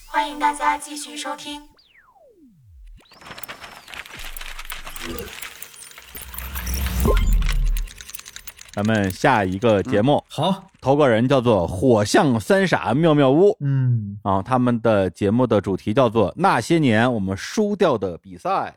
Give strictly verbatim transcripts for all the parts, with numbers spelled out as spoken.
欢迎大家继续收听。 咱们下一个节目、 嗯、好， 投个人叫做火象三傻妙妙屋， 嗯啊，他们的节目的主题叫做那些年我们输掉的比赛。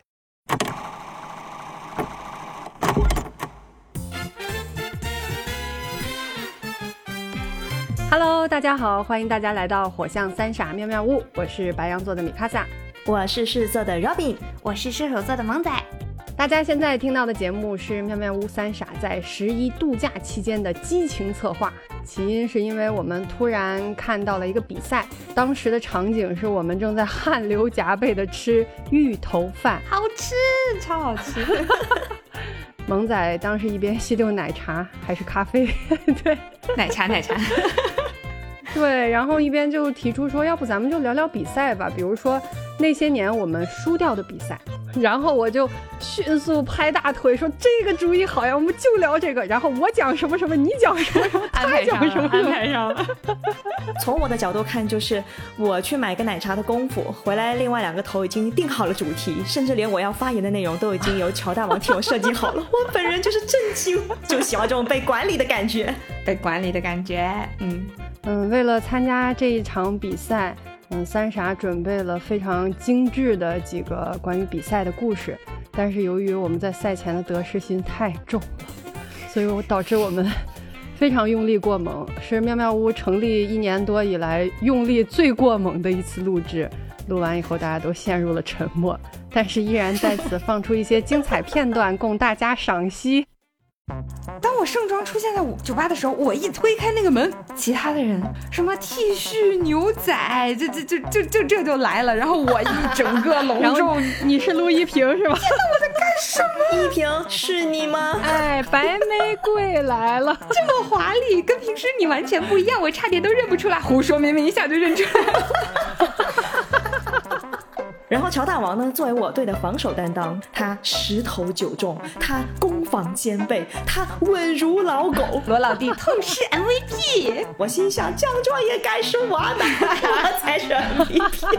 Hello， 大家好，欢迎大家来到火象三傻妙妙屋，我是白羊座的米卡萨， 我是狮子座的 Robin， 我是射手座的萌仔。 大家现在听到的节目是妙妙屋三傻在十一度假期间的激情策划，起因是因为我们突然看到了一个比赛，当时的场景是我们正在汗流浃背的吃芋头饭， 好吃，超好吃。 萌仔当时一边吸溜奶茶还是咖啡对， 奶茶奶茶对，然后一边就提出说要不咱们就聊聊比赛吧，比如说那些年我们输掉的比赛，然后我就迅速拍大腿说这个主意好呀，我们就聊这个，然后我讲什么什么你讲什么什么他讲什么安排上了。 从我的角度看，就是我去买个奶茶的功夫回来，另外两个头已经定好了主题，甚至连我要发言的内容都已经由乔大王替我设计好了。我本人就是震惊，就喜欢这种被管理的感觉， 被管理的感觉。嗯嗯，为了参加这一场比赛，嗯，三傻准备了非常精致的几个关于比赛的故事，但是由于我们在赛前的得失心太重了，所以我导致我们非常用力过猛，是妙妙屋成立一年多以来用力最过猛的一次录制。录完以后大家都陷入了沉默，但是依然在此放出一些精彩片段供大家赏析。 当我盛装出现在酒吧的时候，我一推开那个门，其他的人什么 T 恤牛仔这这这这这这就来了，然后我一整个隆重你是陆一平是吧？ 天哪，我在干什么？ 一平是你吗？ 哎，白玫瑰来了， 这么华丽，跟平时你完全不一样，我差点都认不出来。胡说，明明一下就认出来了。 然后乔大王呢，作为我队的防守担当，他十投九中，他攻防兼备，他稳如老狗。 罗老弟痛失 M V P， 我心想奖状也该是我的，我才是 M V P。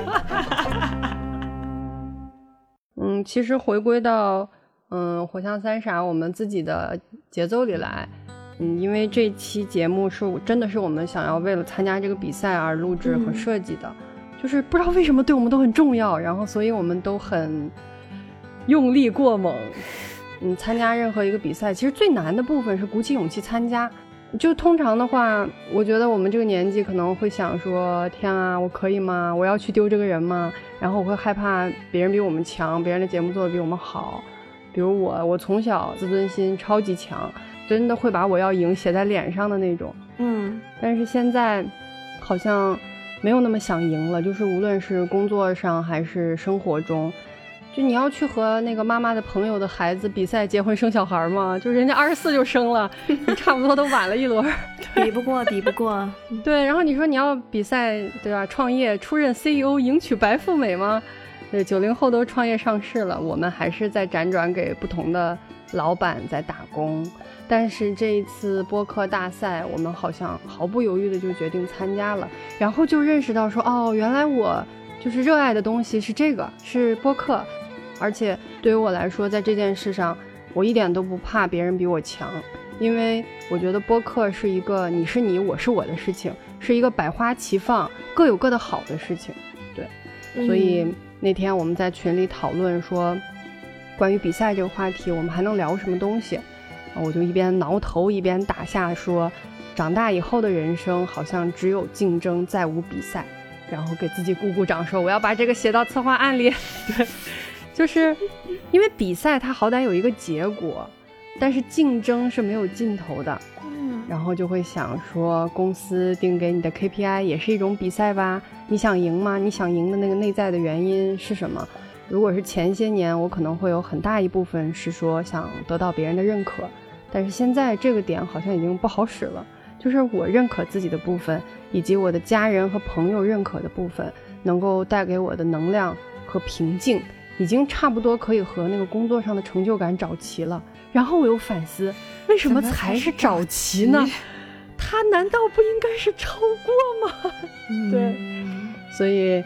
嗯，其实回归到嗯火象三傻我们自己的节奏里来，嗯，因为这期节目是真的是我们想要为了参加这个比赛而录制和设计的。嗯，就是不知道为什么对我们都很重要，然后所以我们都很用力过猛。嗯，参加任何一个比赛，其实最难的部分是鼓起勇气参加。就通常的话，我觉得我们这个年纪可能会想说，天啊，我可以吗？我要去丢这个人吗？然后我会害怕别人比我们强，别人的节目做得比我们好。比如我，我从小自尊心超级强，真的会把我要赢写在脸上的那种。 嗯， 但是现在好像没有那么想赢了，就是无论是工作上还是生活中，就你要去和那个妈妈的朋友的孩子比赛结婚生小孩吗？就人家二十四就生了，你差不多都晚了一轮。 比不过比不过。 对，然后你说你要比赛，对吧？创业出任 C E O 迎娶白富美吗？对，九零后都创业上市了，我们还是在辗转给不同的老板在打工。但是这一次播客大赛，我们好像毫不犹豫的就决定参加了，然后就认识到说，哦，原来我就是热爱的东西是这个，是播客。而且对于我来说，在这件事上我一点都不怕别人比我强，因为我觉得播客是一个你是你我是我的事情，是一个百花齐放各有各的好的事情。对、嗯、所以那天我们在群里讨论说，关于比赛这个话题我们还能聊什么东西，我就一边挠头一边打下说，长大以后的人生好像只有竞争再无比赛，然后给自己鼓鼓掌说我要把这个写到策划案里。对，就是因为比赛它好歹有一个结果，但是竞争是没有尽头的。嗯，然后就会想说，公司定给你的 K P I 也是一种比赛吧，你想赢吗？你想赢的那个内在的原因是什么？如果是前些年，我可能会有很大一部分是说想得到别人的认可，但是现在这个点好像已经不好使了，就是我认可自己的部分，以及我的家人和朋友认可的部分，能够带给我的能量和平静，已经差不多可以和那个工作上的成就感找齐了。然后我又反思，为什么才是找齐呢？它难道不应该是超过吗？嗯、对，所以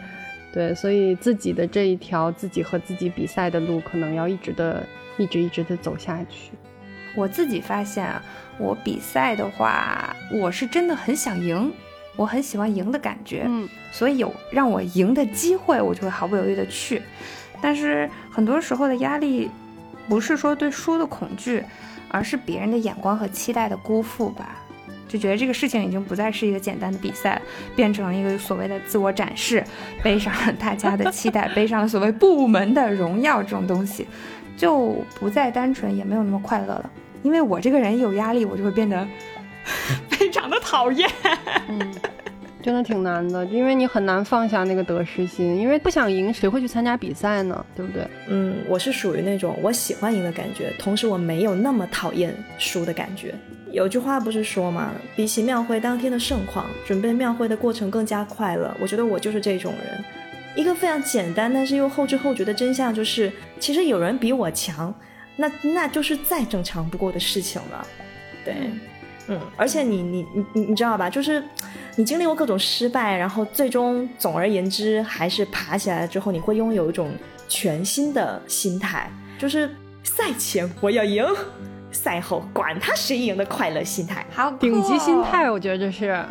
对，所以自己的这一条自己和自己比赛的路，可能要一直的一直一直的走下去。 我自己发现啊，我比赛的话，我是真的很想赢，我很喜欢赢的感觉， 嗯， 所以有让我赢的机会，我就会毫不犹豫的去。但是很多时候的压力，不是说对输的恐惧，而是别人的眼光和期待的辜负吧。就觉得这个事情已经不再是一个简单的比赛，变成了一个所谓的自我展示，背上了大家的期待，背上了所谓部门的荣耀，这种东西就不再单纯，也没有那么快乐了。因为我这个人一有压力，我就会变得非常的讨厌。 嗯，真的挺难的，因为你很难放下那个得失心，因为不想赢，谁会去参加比赛呢？对不对？ 嗯，我是属于那种我喜欢赢的感觉，同时我没有那么讨厌输的感觉。有句话不是说吗？比起庙会当天的盛况，准备庙会的过程更加快乐。我觉得我就是这种人。一个非常简单但是又后知后觉的真相就是，其实有人比我强，那那就是再正常不过的事情了。对，嗯，而且你你你你知道吧？就是你经历过各种失败，然后最终总而言之还是爬起来了之后，你会拥有一种全新的心态，就是赛前我要赢，赛后管他谁赢的快乐心态。 好， 顶级心态，我觉得这是。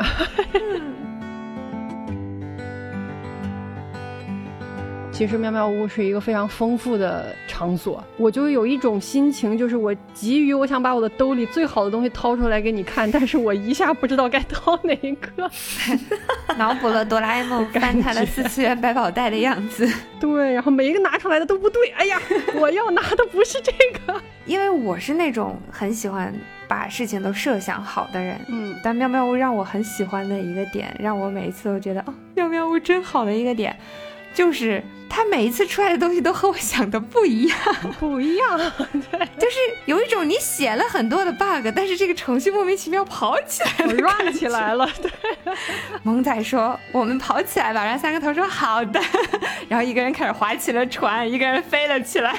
其实妙妙屋是一个非常丰富的场所，我就有一种心情，就是我急于我想把我的兜里最好的东西掏出来给你看，但是我一下不知道该掏哪一个。 脑补了哆啦 A 梦翻他的四次元百宝袋的样子。 对，然后每一个拿出来的都不对，哎呀，我要拿的不是这个。 因为我是那种很喜欢把事情都设想好的人， 嗯， 但妙妙屋让我很喜欢的一个点，让我每一次都觉得哦，妙妙屋真好的一个点，就是他每一次出来的东西都和我想的不一样， 不一样，对， 就是有一种你写了很多的 bug， 但是这个程序莫名其妙跑起来了 ，run 起来了，对。 萌仔说我们跑起来吧，然后三个头说好的，然后一个人开始划起了船，一个人飞了起来。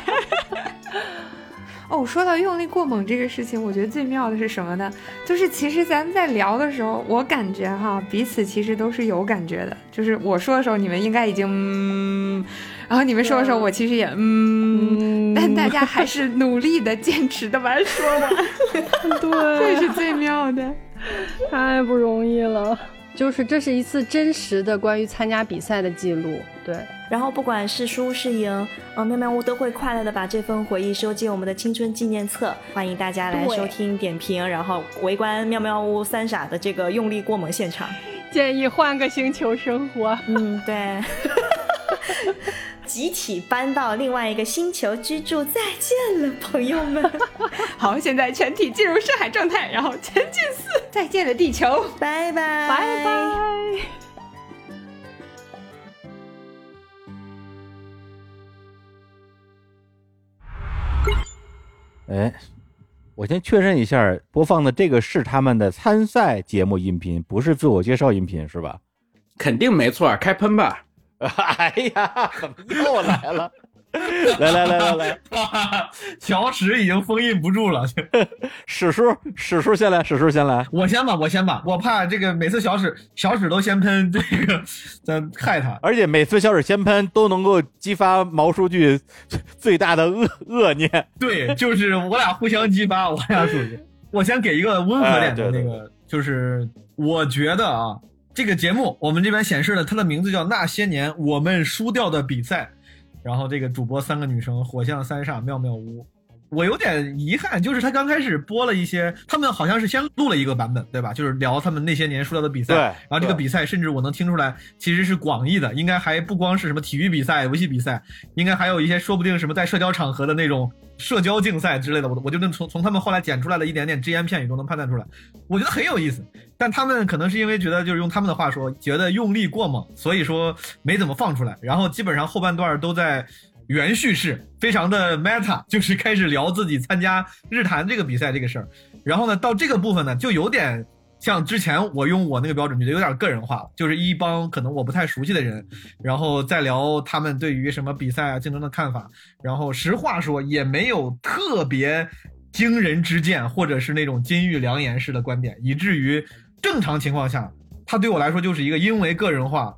哦，说到用力过猛这个事情，我觉得最妙的是什么呢？就是其实咱们在聊的时候，我感觉哈，彼此其实都是有感觉的。就是我说的时候，你们应该已经嗯，然后你们说的时候，我其实也嗯，但大家还是努力的、坚持的把它说完。对，这是最妙的， 太不容易了。就是这是一次真实的关于参加比赛的记录，对。 然后不管是输是赢，呃，妙妙屋都会快乐的把这份回忆收进我们的青春纪念册。欢迎大家来收听点评，然后围观妙妙屋三傻的这个用力过猛现场。 建议换个星球生活。 嗯，对。集体搬到另外一个星球居住，再见了，朋友们。 好，现在全体进入深海状态，然后前进四，再见了地球， 拜拜， 拜拜。 哎，我先确认一下，播放的这个是他们的参赛节目音频，不是自我介绍音频，是吧？ 肯定没错，开喷吧。 哎呀，怎么又来了？来来来来来， 小史已经封印不住了。 史叔，史叔先来，史叔先来。 我先吧，我先吧，我怕这个每次小史小史都先喷，这个咱害他。 而且每次小史先喷都能够激发毛书记最大的恶恶念。 对，就是我俩互相激发，我俩属于。我先给一个温和点的那个，哎、对对对，就是我觉得啊，这个节目我们这边显示的，它的名字叫《那些年我们输掉的比赛》。然后这个主播三个女生，火象三煞妙妙屋，我有点遗憾，就是他刚开始播了一些，他们好像是先录了一个版本，对吧？就是聊他们那些年输掉的比赛，然后这个比赛甚至我能听出来其实是广义的，应该还不光是什么体育比赛、游戏比赛，应该还有一些说不定什么在社交场合的那种社交竞赛之类的，我我就能从从他们后来剪出来的一点点只言片语都能判断出来，我觉得很有意思。但他们可能是因为觉得，就是用他们的话说，觉得用力过猛，所以说没怎么放出来，然后基本上后半段都在原叙事，非常的 meta， 就是开始聊自己参加日坛这个比赛这个事儿。然后呢，到这个部分呢，就有点像之前我用我那个标准，觉得有点个人化了，就是一帮可能我不太熟悉的人，然后再聊他们对于什么比赛啊、竞争的看法。然后实话说，也没有特别惊人之见，或者是那种金玉良言式的观点，以至于正常情况下，它对我来说就是一个因为个人化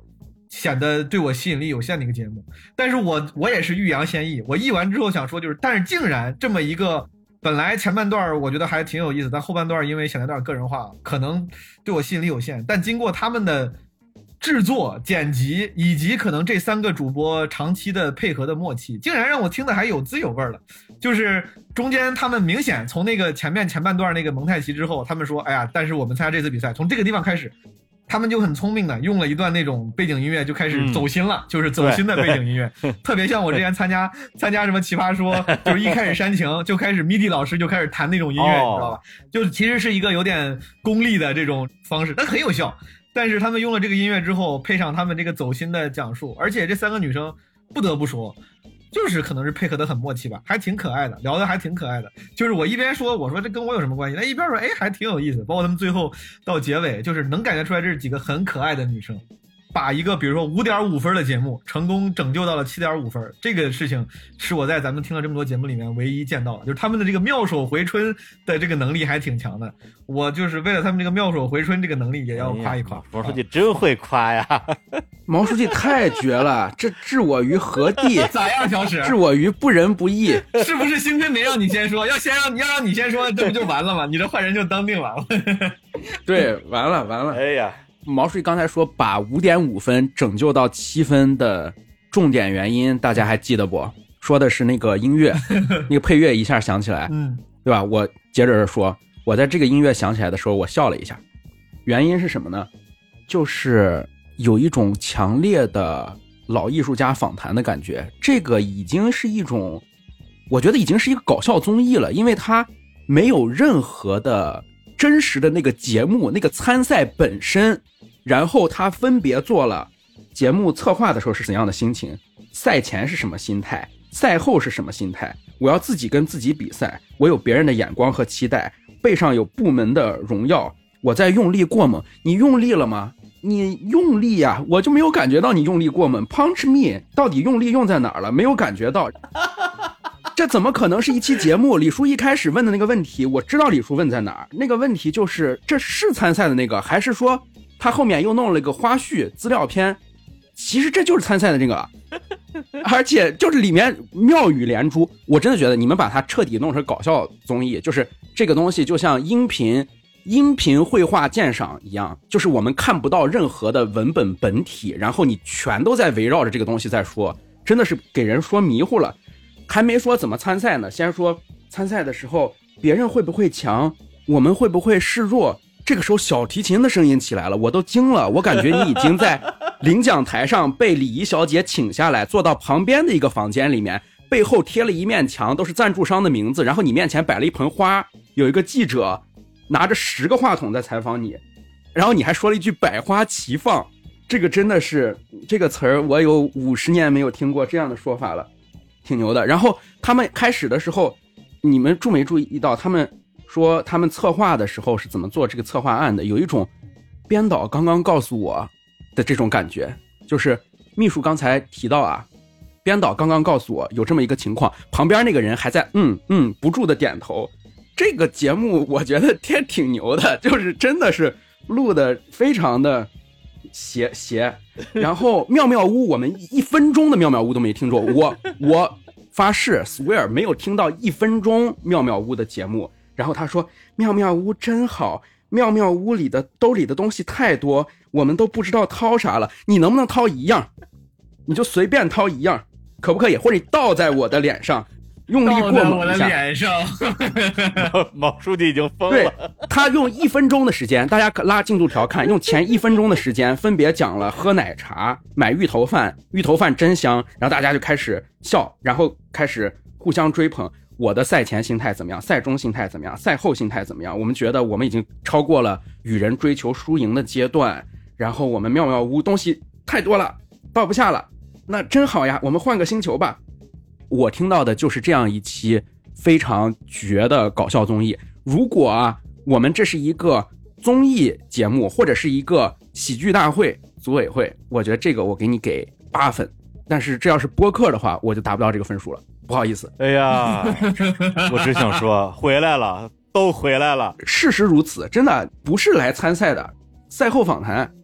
显得对我吸引力有限的一个节目。但是我我也是欲扬先抑，我抑完之后想说就是，但是竟然这么一个本来前半段我觉得还挺有意思，但后半段因为显得有点个人化，可能对我吸引力有限，但经过他们的制作、剪辑以及可能这三个主播长期的配合的默契，竟然让我听的还有滋有味了。就是中间他们明显从那个前面前半段那个蒙太奇之后，他们说哎呀，但是我们参加这次比赛从这个地方开始，他们就很聪明的用了一段那种背景音乐就开始走心了、嗯、就是走心的背景音乐，特别像我之前参加参加什么奇葩说，就是一开始煽情就开始 M I D I 老师就开始弹那种音乐、哦、你知道吧，就其实是一个有点功利的这种方式，但很有效。但是他们用了这个音乐之后，配上他们这个走心的讲述，而且这三个女生不得不说就是可能是配合的很默契吧，还挺可爱的，聊的还挺可爱的。就是我一边说我说这跟我有什么关系，那一边说哎还挺有意思，包括他们最后到结尾就是能感觉出来这是几个很可爱的女生，把一个比如说 五点五 分的节目成功拯救到了 七点五 分，这个事情是我在咱们听了这么多节目里面唯一见到的，就是他们的这个妙手回春的这个能力还挺强的。我就是为了他们这个妙手回春这个能力也要夸一夸。 哎、毛书记真会夸呀， 毛书记太绝了，这置我于何地？ 咋样小史？ 置我于不仁不义。 是不是兴奋没让你先说，要先让要让你先说，这不就完了吗？你这坏人就当定了。 对，完了完了。 哎呀， 毛书记刚才说把 五点五 分拯救到七分的重点原因大家还记得不？说的是那个音乐那个配乐一下想起来， 嗯， 对吧？我接着说，我在这个音乐响起来的时候我笑了一下，原因是什么呢？就是有一种强烈的老艺术家访谈的感觉，这个已经是一种我觉得已经是一个搞笑综艺了，因为它没有任何的真实的那个节目那个参赛本身，然后他分别做了节目策划的时候是怎样的心情，赛前是什么心态，赛后是什么心态，我要自己跟自己比赛，我有别人的眼光和期待，背上有部门的荣耀，我在用力过猛，你用力了吗？你用力呀、啊，我就没有感觉到你用力过猛。 Punch me 到底用力用在哪儿了？没有感觉到。这怎么可能是一期节目？李叔一开始问的那个问题我知道李叔问在哪儿，那个问题就是这是参赛的那个，还是说他后面又弄了一个花絮资料片，其实这就是参赛的这个，而且就是里面妙语连珠。我真的觉得你们把它彻底弄成搞笑综艺，就是这个东西就像音频音频绘画鉴赏一样，就是我们看不到任何的文本本体，然后你全都在围绕着这个东西在说，真的是给人说迷糊了。还没说怎么参赛呢，先说参赛的时候别人会不会强，我们会不会示弱。这个时候小提琴的声音起来了，我都惊了，我感觉你已经在领奖台上被礼仪小姐请下来，坐到旁边的一个房间里面，背后贴了一面墙都是赞助商的名字，然后你面前摆了一盆花，有一个记者拿着十个话筒在采访你，然后你还说了一句百花齐放，这个真的是这个词儿我有五十年没有听过这样的说法了，挺牛的。然后他们开始的时候你们注没注意到他们说他们策划的时候是怎么做这个策划案的，有一种编导刚刚告诉我的这种感觉，就是秘书刚才提到啊，编导刚刚告诉我有这么一个情况，旁边那个人还在嗯嗯不住的点头。这个节目我觉得挺挺牛的，就是真的是录的非常的邪邪。然后妙妙屋我们一分钟的妙妙屋都没听着，我我发誓 swear 没有听到一分钟妙妙屋的节目。然后他说妙妙屋真好，妙妙屋里的兜里的东西太多，我们都不知道掏啥了，你能不能掏一样，你就随便掏一样可不可以，或者你倒在我的脸上用力过猛一下，倒在我的脸上。 毛书记已经疯了。 对，他用一分钟的时间，大家拉进度条看，用前一分钟的时间分别讲了喝奶茶、买芋头饭，芋头饭真香，然后大家就开始笑，然后开始互相追捧。我的赛前心态怎么样，赛中心态怎么样，赛后心态怎么样，我们觉得我们已经超过了与人追求输赢的阶段，然后我们妙妙屋东西太多了倒不下了，那真好呀，我们换个星球吧。我听到的就是这样一期非常绝的搞笑综艺。如果啊我们这是一个综艺节目或者是一个喜剧大会组委会，我觉得这个我给你给八分，但是这要是播客的话我就达不到这个分数了，不好意思。 哎呀，我只想说回来了，都回来了。 事实如此，真的不是来参赛的。赛后访谈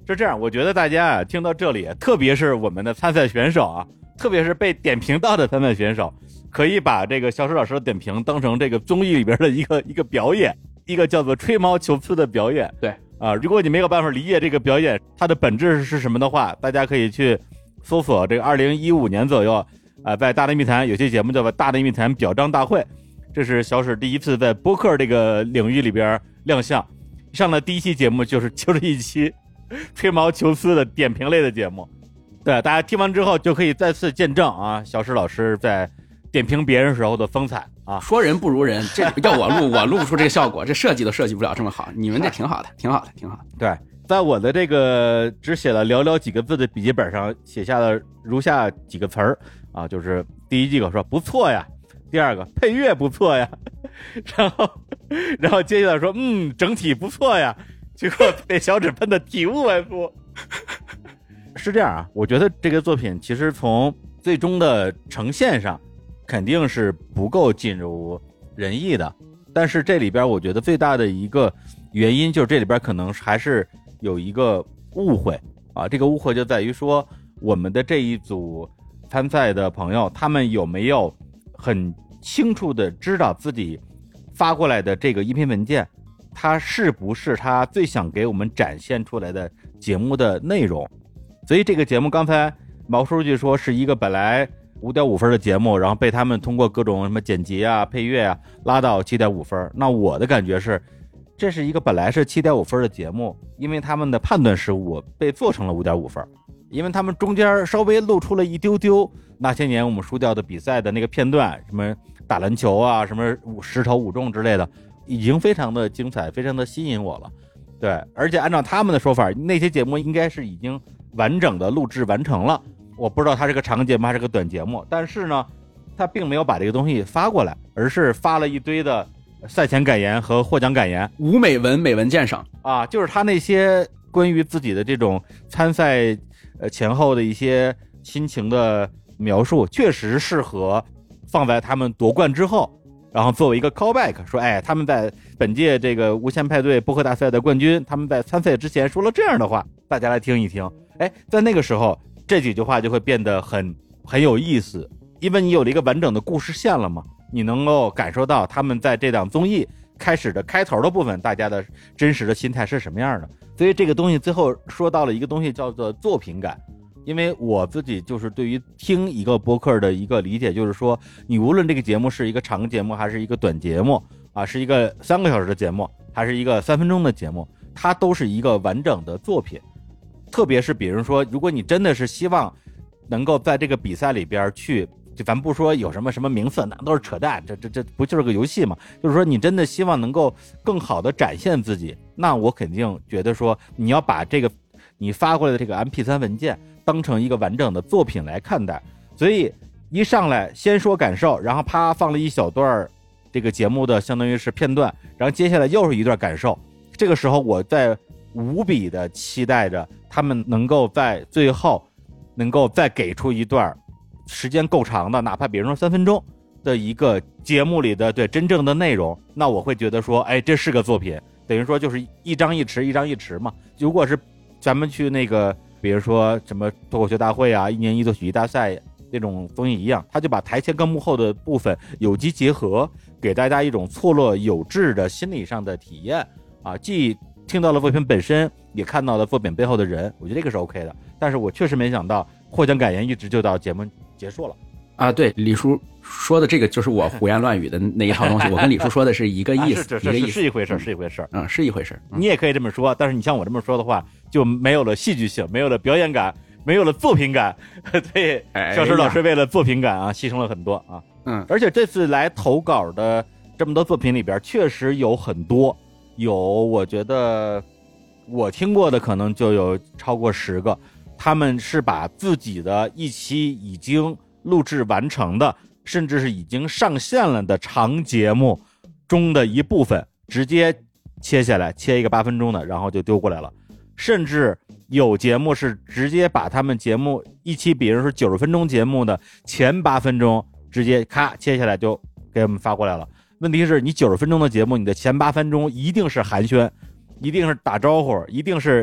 是这样，我觉得大家啊听到这里，特别是我们的参赛选手啊，特别是被点评到的参赛选手，可以把这个小史老师的点评当成这个综艺里边的一个一个表演，一个叫做吹毛求疵的表演。 对啊，如果你没有办法理解这个表演它的本质是什么的话，大家可以去搜索这个二零一五年左右啊、呃，在大内密谈有些节目叫做大内密谈表彰大会，这是小史第一次在播客这个领域里边亮相，上了第一期节目就是就是一期吹毛求疵的点评类的节目。对，大家听完之后就可以再次见证啊，小史老师在点评别人时候的风采啊。 说人不如人，这要我录我录不出这个效果，这设计都设计不了这么好，你们这挺好的，挺好的，挺好的。 对，在我的这个只写了寥寥几个字的笔记本上写下了如下几个词儿啊，就是第一个说不错呀，第二个配乐不错呀，然后然后接下来说嗯整体不错呀，结果被小指喷的体无完肤。是这样啊，我觉得这个作品其实从最终的呈现上肯定是不够尽如人意的，但是这里边我觉得最大的一个原因就是这里边可能还是有一个误会啊，这个误会就在于说我们的这一组参赛的朋友，他们有没有很清楚的知道自己发过来的这个音频文件，它是不是他最想给我们展现出来的节目的内容。所以这个节目刚才毛书记说是一个本来五点五分的节目，然后被他们通过各种什么剪辑啊配乐啊拉到七点五分，那我的感觉是这是一个本来是七点五分的节目，因为他们的判断失误被做成了五点五分，因为他们中间稍微露出了一丢丢那些年我们输掉的比赛的那个片段，什么打篮球啊，什么十投五中之类的，已经非常的精彩，非常的吸引我了。对，而且按照他们的说法，那些节目应该是已经完整的录制完成了，我不知道它是个长节目还是个短节目，但是呢他并没有把这个东西发过来，而是发了一堆的赛前感言和获奖感言， 无美文美文鉴赏啊，就是他那些关于自己的这种参赛呃前后的一些心情的描述，确实适合放在他们夺冠之后，然后作为一个 callback， 说哎，他们在本届这个无限派对播客大赛的冠军，他们在参赛之前说了这样的话，大家来听一听。哎，在那个时候这几句话就会变得很很有意思，因为你有了一个完整的故事线了嘛，你能够感受到他们在这档综艺开始的开头的部分大家的真实的心态是什么样的。所以这个东西最后说到了一个东西叫做作品感，因为我自己就是对于听一个播客的一个理解，就是说你无论这个节目是一个长节目还是一个短节目啊，是一个三个小时的节目还是一个三分钟的节目，它都是一个完整的作品。特别是比如说如果你真的是希望能够在这个比赛里边去，就咱不说有什么什么名次，那都是扯淡，这这这不就是个游戏嘛？就是说你真的希望能够更好的展现自己，那我肯定觉得说你要把这个你发过来的这个 M P 三 文件当成一个完整的作品来看待。所以一上来先说感受，然后啪放了一小段这个节目的相当于是片段，然后接下来又是一段感受。这个时候我在无比的期待着他们能够在最后能够再给出一段时间够长的，哪怕比如说三分钟的一个节目里的对真正的内容，那我会觉得说哎，这是个作品，等于说就是一张一弛一张一弛嘛。如果是咱们去那个比如说什么脱口秀大会啊，一年一度喜剧大赛那种综艺一样，他就把台前跟幕后的部分有机结合，给大家一种错落有致的心理上的体验啊，既听到了作品本身，也看到了作品背后的人，我觉得这个是 OK 的。但是我确实没想到获奖感言一直就到节目结束了啊。对，李叔说的这个就是我胡言乱语的那一套东西，我跟李叔说的是一个意思， 啊、是, 是, 是, 一个意思是一回事，是一回事， 嗯，是一回事。 嗯、你也可以这么说，但是你像我这么说的话，就没有了戏剧性，没有了表演感，没有了作品感。对，小石老师为了作品感啊，牺牲了很多啊。 嗯， 而且这次来投稿的这么多作品里边，确实有很多，有我觉得我听过的可能就有超过十个，他们是把自己的一期已经录制完成的，甚至是已经上线了的长节目中的一部分直接切下来，切一个八分钟的，然后就丢过来了。甚至有节目是直接把他们节目一期比如说九十分钟节目的前八分钟直接咔切下来就给我们发过来了。问题是你九十分钟的节目，你的前八分钟一定是寒暄，一定是打招呼，一定是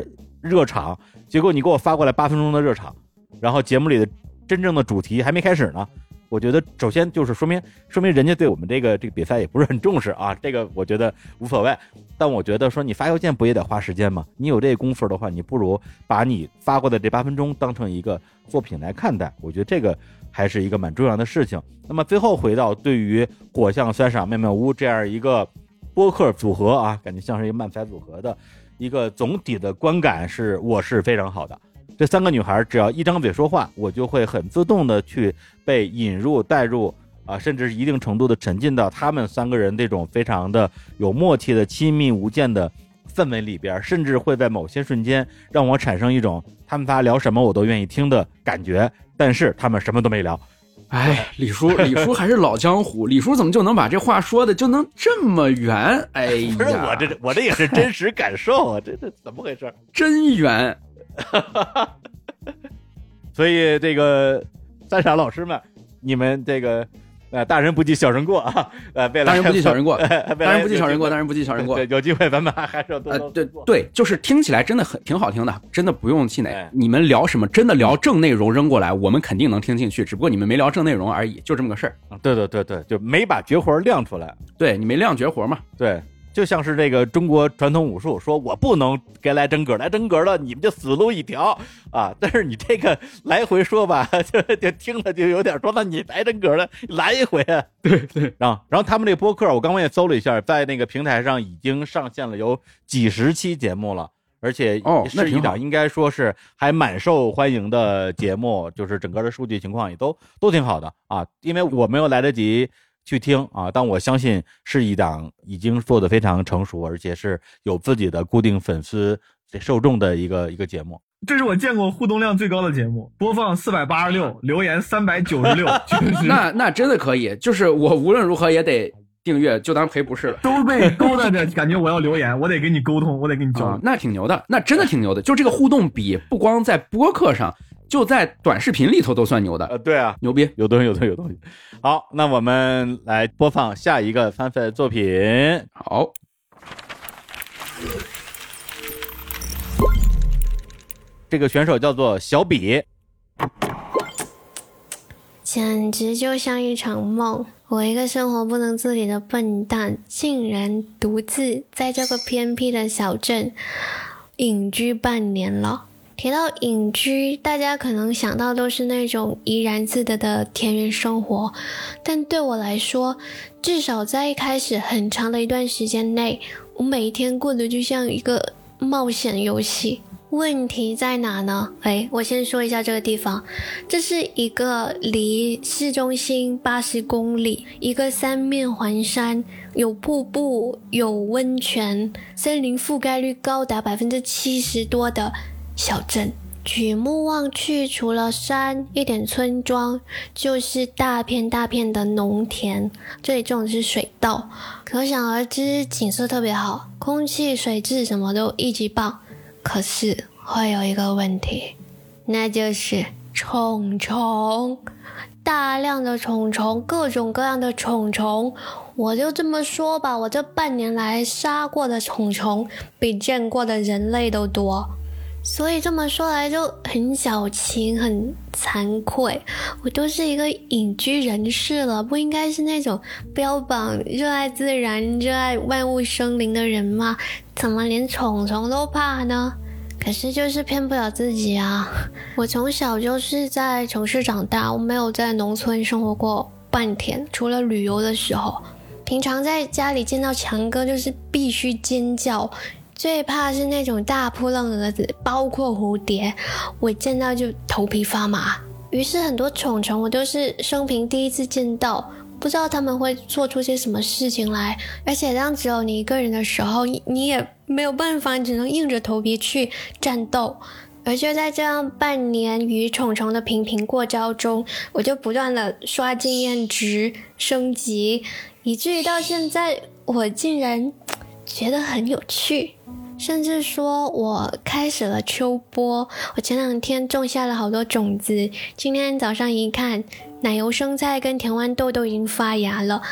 热场，结果你给我发过来八分钟的热场，然后节目里的真正的主题还没开始呢。我觉得首先就是说明说明人家对我们这个这个比赛也不是很重视啊，这个我觉得无所谓。但我觉得说你发邮件不也得花时间吗？你有这个功夫的话，你不如把你发过的这八分钟当成一个作品来看待，我觉得这个还是一个蛮重要的事情。那么最后回到对于火象酸傻妙妙屋这样一个播客组合啊，感觉像是一个漫才组合的一个总体的观感是我是非常好的。这三个女孩只要一张嘴说话，我就会很自动的去被引入带入啊，甚至是一定程度的沉浸到她们三个人这种非常的有默契的亲密无间的氛围里边，甚至会在某些瞬间让我产生一种他们仨聊什么我都愿意听的感觉，但是他们什么都没聊。 哎，李叔，李叔还是老江湖，李叔怎么就能把这话说的就能这么圆？哎呀， 不是我这我这也是真实感受啊，这这怎么回事？ 真圆。 所以这个三傻老师们，你们这个呃大人不计小人过啊，呃未来大人不计小人过， 大人不计小人过，大人不计小人过。 有机会咱们还是要多多、 呃、对对，就是听起来真的很挺好听的，真的不用气馁、哎。你们聊什么，真的聊正内容扔过来，我们肯定能听进去，只不过你们没聊正内容而已，就这么个事儿。 对对对对，就没把绝活亮出来。 对，你没亮绝活嘛？ 对。就像是这个中国传统武术，说我不能该来真格，来真格了你们就死路一条啊！但是你这个来回说吧，就就听了就有点说，那你来真格了，来一回啊！ 对对， 然后然后他们这个播客，我刚刚也搜了一下，在那个平台上已经上线了有几十期节目了，而且是一档应该说是还蛮受欢迎的节目，就是整个的数据情况也都都挺好的啊，因为我没有来得及去听啊，但我相信是一档已经做得非常成熟，而且是有自己的固定粉丝受众的一个一个节目。 这是我见过互动量最高的节目，播放四百八十六，留言三百九十六， 那那真的可以，就是我无论如何也得订阅，就当赔不是了。 都被勾搭着，感觉我要留言，我得跟你沟通，我得跟你交流、 啊，那挺牛的，那真的挺牛的。就这个互动比不光在播客上，就在短视频里头都算牛的。 呃，对啊， 牛逼， 有东西，有东西，有东西。好，那我们来播放下一个参赛作品。 好， 这个选手叫做小比。 简直就像一场梦，我一个生活不能自理的笨蛋，竟然独自在这个偏僻的小镇隐居半年了。提到隐居，大家可能想到都是那种怡然自得的田园生活，但对我来说，至少在一开始很长的一段时间内，我每一天过得就像一个冒险游戏。问题在哪呢？诶，我先说一下这个地方，这是一个离市中心八十公里，一个三面环山，有瀑布，有温泉，森林覆盖率高达百分之七十多的小镇。举目望去，除了山，一点村庄，就是大片大片的农田，这里种的是水稻，可想而知景色特别好，空气水质什么都一级棒。可是会有一个问题，那就是虫虫，大量的虫虫，各种各样的虫虫。我就这么说吧，我这半年来杀过的虫虫比见过的人类都多，所以这么说来就很小情，很惭愧。我都是一个隐居人士了，不应该是那种标榜热爱自然、热爱万物生灵的人吗？怎么连虫虫都怕呢？可是就是骗不了自己啊！我从小就是在城市长大，我没有在农村生活过半天，除了旅游的时候。平常在家里见到强哥就是必须尖叫，最怕是那种大扑棱蛾子，包括蝴蝶，我见到就头皮发麻。于是很多虫虫我都是生平第一次见到，不知道他们会做出些什么事情来，而且当只有你一个人的时候，你也没有办法，只能硬着头皮去战斗。而就在这样半年与虫虫的频频过招中，我就不断的刷经验值升级，以至于到现在我竟然觉得很有趣，甚至说我开始了秋播。我前两天种下了好多种子，今天早上一看，奶油生菜跟甜豌豆都已经发芽了，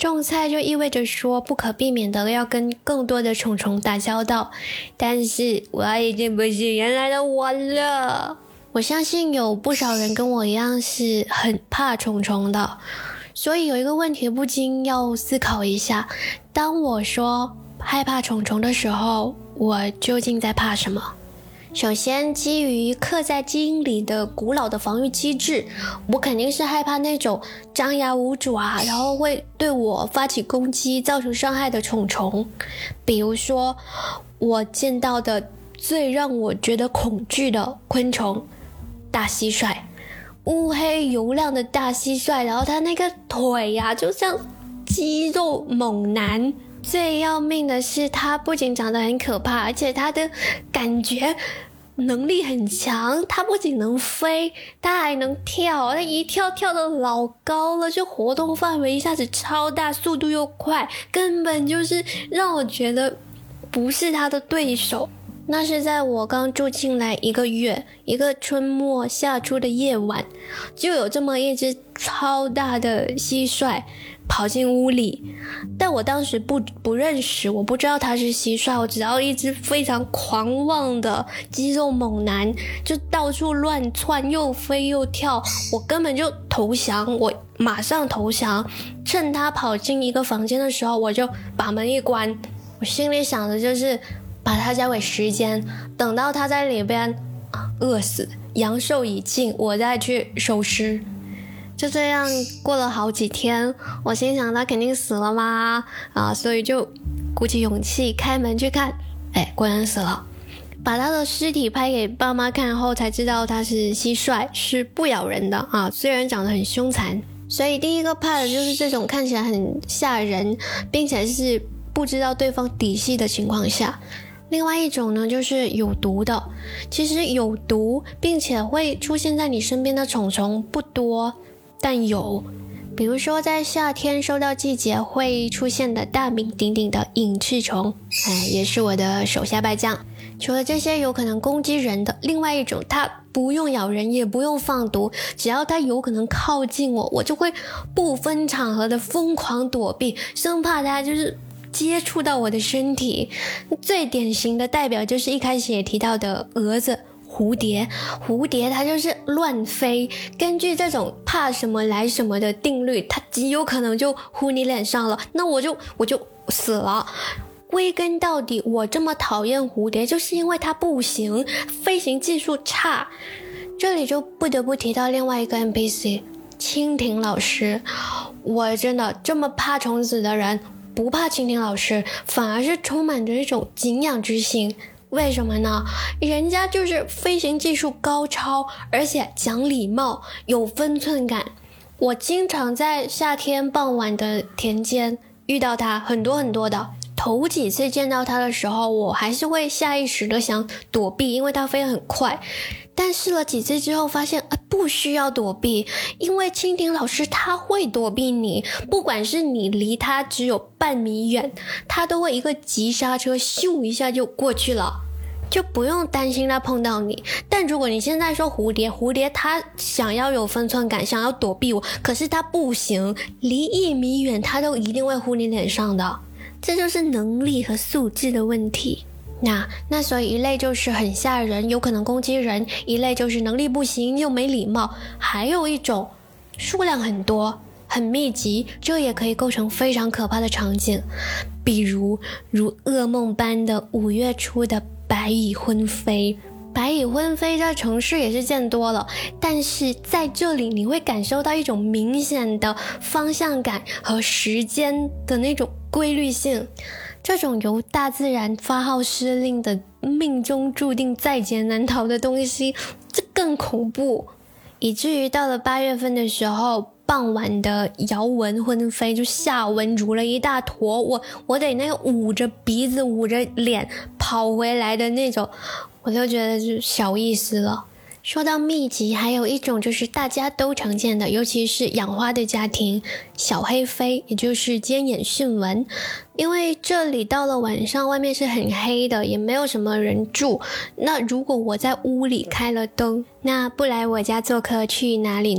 种菜就意味着说不可避免的要跟更多的虫虫打交道，但是我已经不是原来的我了。我相信有不少人跟我一样是很怕虫虫的，所以有一个问题不禁要思考一下，当我说害怕虫虫的时候，我究竟在怕什么？首先，基于刻在基因里的古老的防御机制，我肯定是害怕那种张牙舞爪，然后会对我发起攻击造成伤害的虫虫。比如说我见到的最让我觉得恐惧的昆虫，大蟋蟀，乌黑油亮的大蟋蟀，然后它那个腿呀、啊、就像肌肉猛男。最要命的是它不仅长得很可怕，而且它的感觉能力很强，它不仅能飞，它还能跳，它一跳跳得老高了，就活动范围一下子超大，速度又快，根本就是让我觉得不是它的对手。那是在我刚住进来一个月，一个春末夏初的夜晚，就有这么一只超大的蟋蟀跑进屋里，但我当时不不认识，我不知道它是蟋蟀，我只要一只非常狂妄的肌肉猛男，就到处乱窜，又飞又跳，我根本就投降，我马上投降。趁他跑进一个房间的时候，我就把门一关，我心里想的就是把他交给时间，等到他在里边饿死，阳寿已尽，我再去收尸。就这样过了好几天，我心想他肯定死了嘛，啊，所以就鼓起勇气开门去看，哎，果然死了。把他的尸体拍给爸妈看后，才知道他是蟋蟀，是不咬人的啊，虽然长得很凶残。所以第一个怕的就是这种看起来很吓人，并且是不知道对方底细的情况下。另外一种呢，就是有毒的。其实有毒并且会出现在你身边的虫虫不多，但有，比如说在夏天收到季节会出现的大名鼎鼎的隐翅虫，哎，也是我的手下败将。除了这些有可能攻击人的，另外一种它不用咬人，也不用放毒，只要它有可能靠近我，我就会不分场合的疯狂躲避，生怕它就是接触到我的身体。最典型的代表就是一开始也提到的蛾子。蝴蝶，蝴蝶它就是乱飞，根据这种怕什么来什么的定律，它极有可能就呼你脸上了，那我就我就死了。归根到底，我这么讨厌蝴蝶，就是因为它不行，飞行技术差。这里就不得不提到另外一个 N P C 蜻蜓老师。我真的这么怕虫子的人，不怕蜻蜓老师，反而是充满着一种敬仰之心。为什么呢？人家就是飞行技术高超，而且讲礼貌，有分寸感。我经常在夏天傍晚的田间遇到他，很多很多的。头几次见到他的时候，我还是会下意识的想躲避，因为他飞得很快。但试了几次之后发现、呃、不需要躲避，因为蜻蜓老师他会躲避你，不管是你离他只有半米远，他都会一个急刹车咻一下就过去了，就不用担心他碰到你。但如果你现在说蝴蝶，蝴蝶他想要有分寸感，想要躲避我，可是他不行，离一米远他都一定会呼你脸上的，这就是能力和素质的问题。那那所以一类就是很吓人，有可能攻击人，一类就是能力不行又没礼貌，还有一种数量很多很密集，这也可以构成非常可怕的场景，比如如噩梦般的五月初的白蚁昏飞。白蚁昏飞在城市也是见多了，但是在这里你会感受到一种明显的方向感和时间的那种规律性，这种由大自然发号施令的命中注定在劫难逃的东西，这更恐怖。以至于到了八月份的时候，傍晚的遥蚊昏飞，就夏蚊如了一大坨，我我得那个捂着鼻子捂着脸跑回来的那种，我就觉得就小意思了。说到密集，还有一种就是大家都常见的，尤其是养花的家庭，小黑飞，也就是尖眼迅蚊。因为这里到了晚上外面是很黑的，也没有什么人住，那如果我在屋里开了灯，那不来我家做客去哪里呢？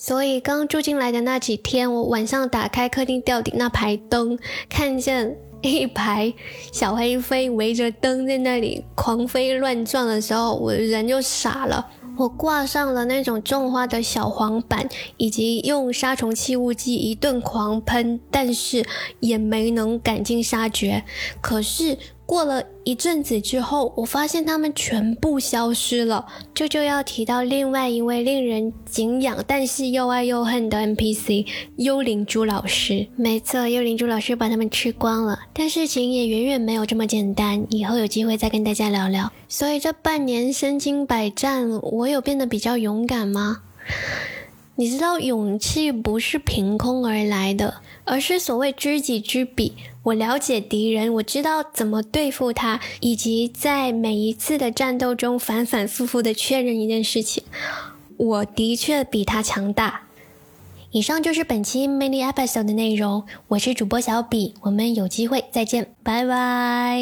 所以刚住进来的那几天，我晚上打开客厅吊顶那排灯，看见一排小黑飞围着灯在那里狂飞乱撞的时候，我人就傻了。我挂上了那种种花的小黄板，以及用杀虫气雾剂一顿狂喷，但是也没能赶尽杀绝。可是过了一阵子之后，我发现它们全部消失了。这就要提到另外一位令人敬仰但是又爱又恨的 N P C 幽灵猪老师。没错，幽灵猪老师把它们吃光了，但事情也远远没有这么简单，以后有机会再跟大家聊聊。所以这半年身经百战，我有变得比较勇敢吗？你知道勇气不是凭空而来的，而是所谓知己知彼。我了解敌人，我知道怎么对付他，以及在每一次的战斗中反反复复的确认一件事情，我的确比他强大。以上就是本期 mini episode 的内容，我是主播小比，我们有机会再见，拜拜。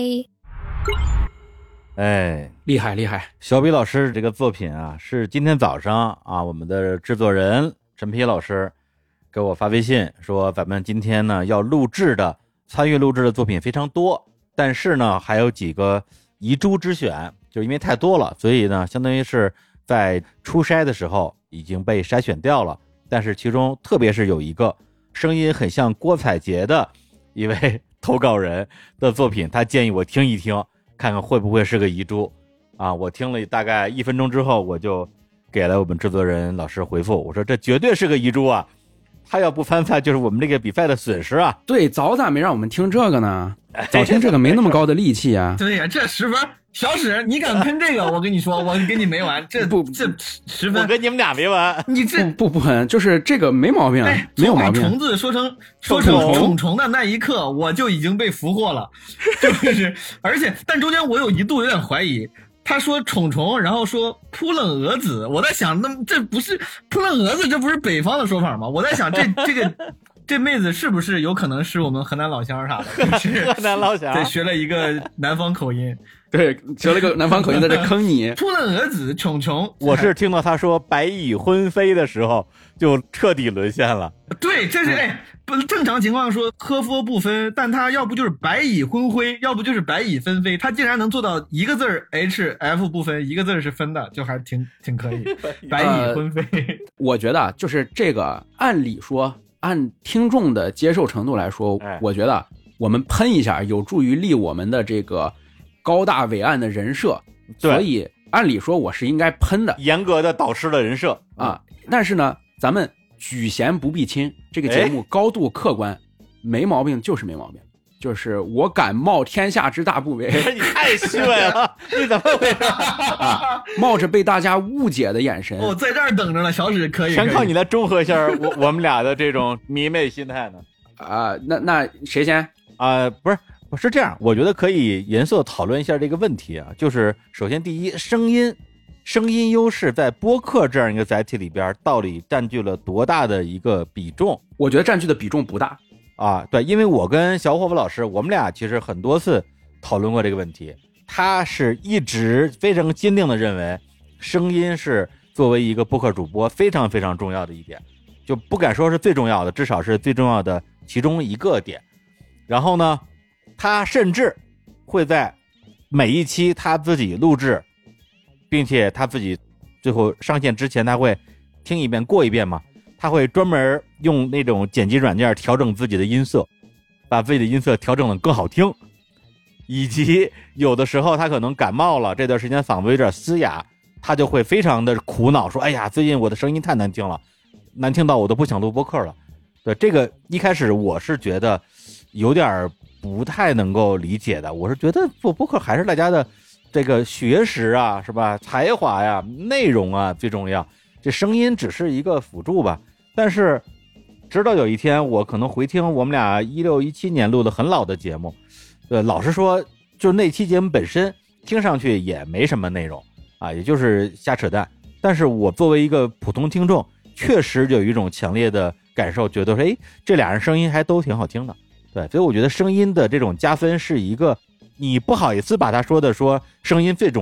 哎， 厉害厉害！ 小比老师这个作品啊，是今天早上啊，我们的制作人陈皮老师给我发微信说，咱们今天呢要录制的参与录制的作品非常多，但是呢还有几个遗珠之选，就因为太多了，所以呢相当于是在初筛的时候已经被筛选掉了。但是其中特别是有一个声音很像郭采洁的一位投稿人的作品，他建议我听一听，看看会不会是个遗珠啊！我听了大概一分钟之后，我就给了我们制作人老师回复，我说这绝对是个遗珠啊！他要不参赛就是我们这个比赛的损失啊！ 对，早咋没让我们听这个呢？早听这个没那么高的力气啊！ 对呀，这十分，小史你敢喷这个，我跟你说，我跟你没完，这不这十分， 我跟你们俩没完。 你这不不不喷，就是这个没毛病， 哎、 没有毛病。 把虫子说成说成虫虫的那一刻，我就已经被俘获了，就是而且但中间我有一度有点怀疑。他说虫虫，然后说扑棱蛾子，我在想，那这不是扑棱蛾子，这不是北方的说法吗？我在想，这这个这妹子是不是有可能是我们河南老乡啥的？就是河南老乡， 对，学了一个南方口音， 对，学了个南方口音在这坑你。 扑棱蛾子，虫虫， 我是听到他说白蚁昏飞的时候，就彻底沦陷了。 对，这是哎。不正常情况说科夫不分，但他要不就是白蚁昏灰，要不就是白蚁纷飞，他竟然能做到一个字儿 H F 不分，一个字儿是分的，就还挺挺可以。白蚁昏飞、呃， 我觉得就是这个，按理说，按听众的接受程度来说， 哎、 我觉得我们喷一下，有助于立我们的这个高大伟岸的人设，所以按理说我是应该喷的， 严格的导师的人设啊。但是呢，咱们举贤不避亲，这个节目高度客观，没毛病就是没毛病，就是我敢冒天下之大不韪。 你太虚伪了，你怎么回事啊？冒着被大家误解的眼神， 我、哦、在这儿等着了，小史可以， 全靠你来中和一下我我们俩的这种迷妹心态呢。 啊、呃，那那谁先啊、呃？不是，不是这样，我觉得可以严肃讨论一下这个问题啊。就是首先第一，声音。声音优势在播客这样一个载体里边到底占据了多大的一个比重？ 我觉得占据的比重不大啊。对，因为我跟小伙子老师，我们俩其实很多次讨论过这个问题。他是一直非常坚定的认为，声音是作为一个播客主播非常非常重要的一点，就不敢说是最重要的，至少是最重要的其中一个点。然后呢，他甚至会在每一期他自己录制。并且他自己最后上线之前他会听一遍过一遍嘛，他会专门用那种剪辑软件调整自己的音色，把自己的音色调整得更好听，以及有的时候他可能感冒了，这段时间嗓子有点嘶哑，他就会非常的苦恼，说哎呀最近我的声音太难听了，难听到我都不想录播客了。对，这个一开始我是觉得有点不太能够理解的，我是觉得做播客还是大家的这个学识啊，是吧？才华呀，内容啊最重要，这声音只是一个辅助吧。但是直到有一天我可能回听我们俩一六一七年录的很老的节目，呃，老实说就那期节目本身听上去也没什么内容啊，也就是瞎扯淡。但是我作为一个普通听众，确实有一种强烈的感受，觉得说，哎，这俩人声音还都挺好听的。对，所以我觉得声音的这种加分是一个，你不好意思把他说的说声音最重要，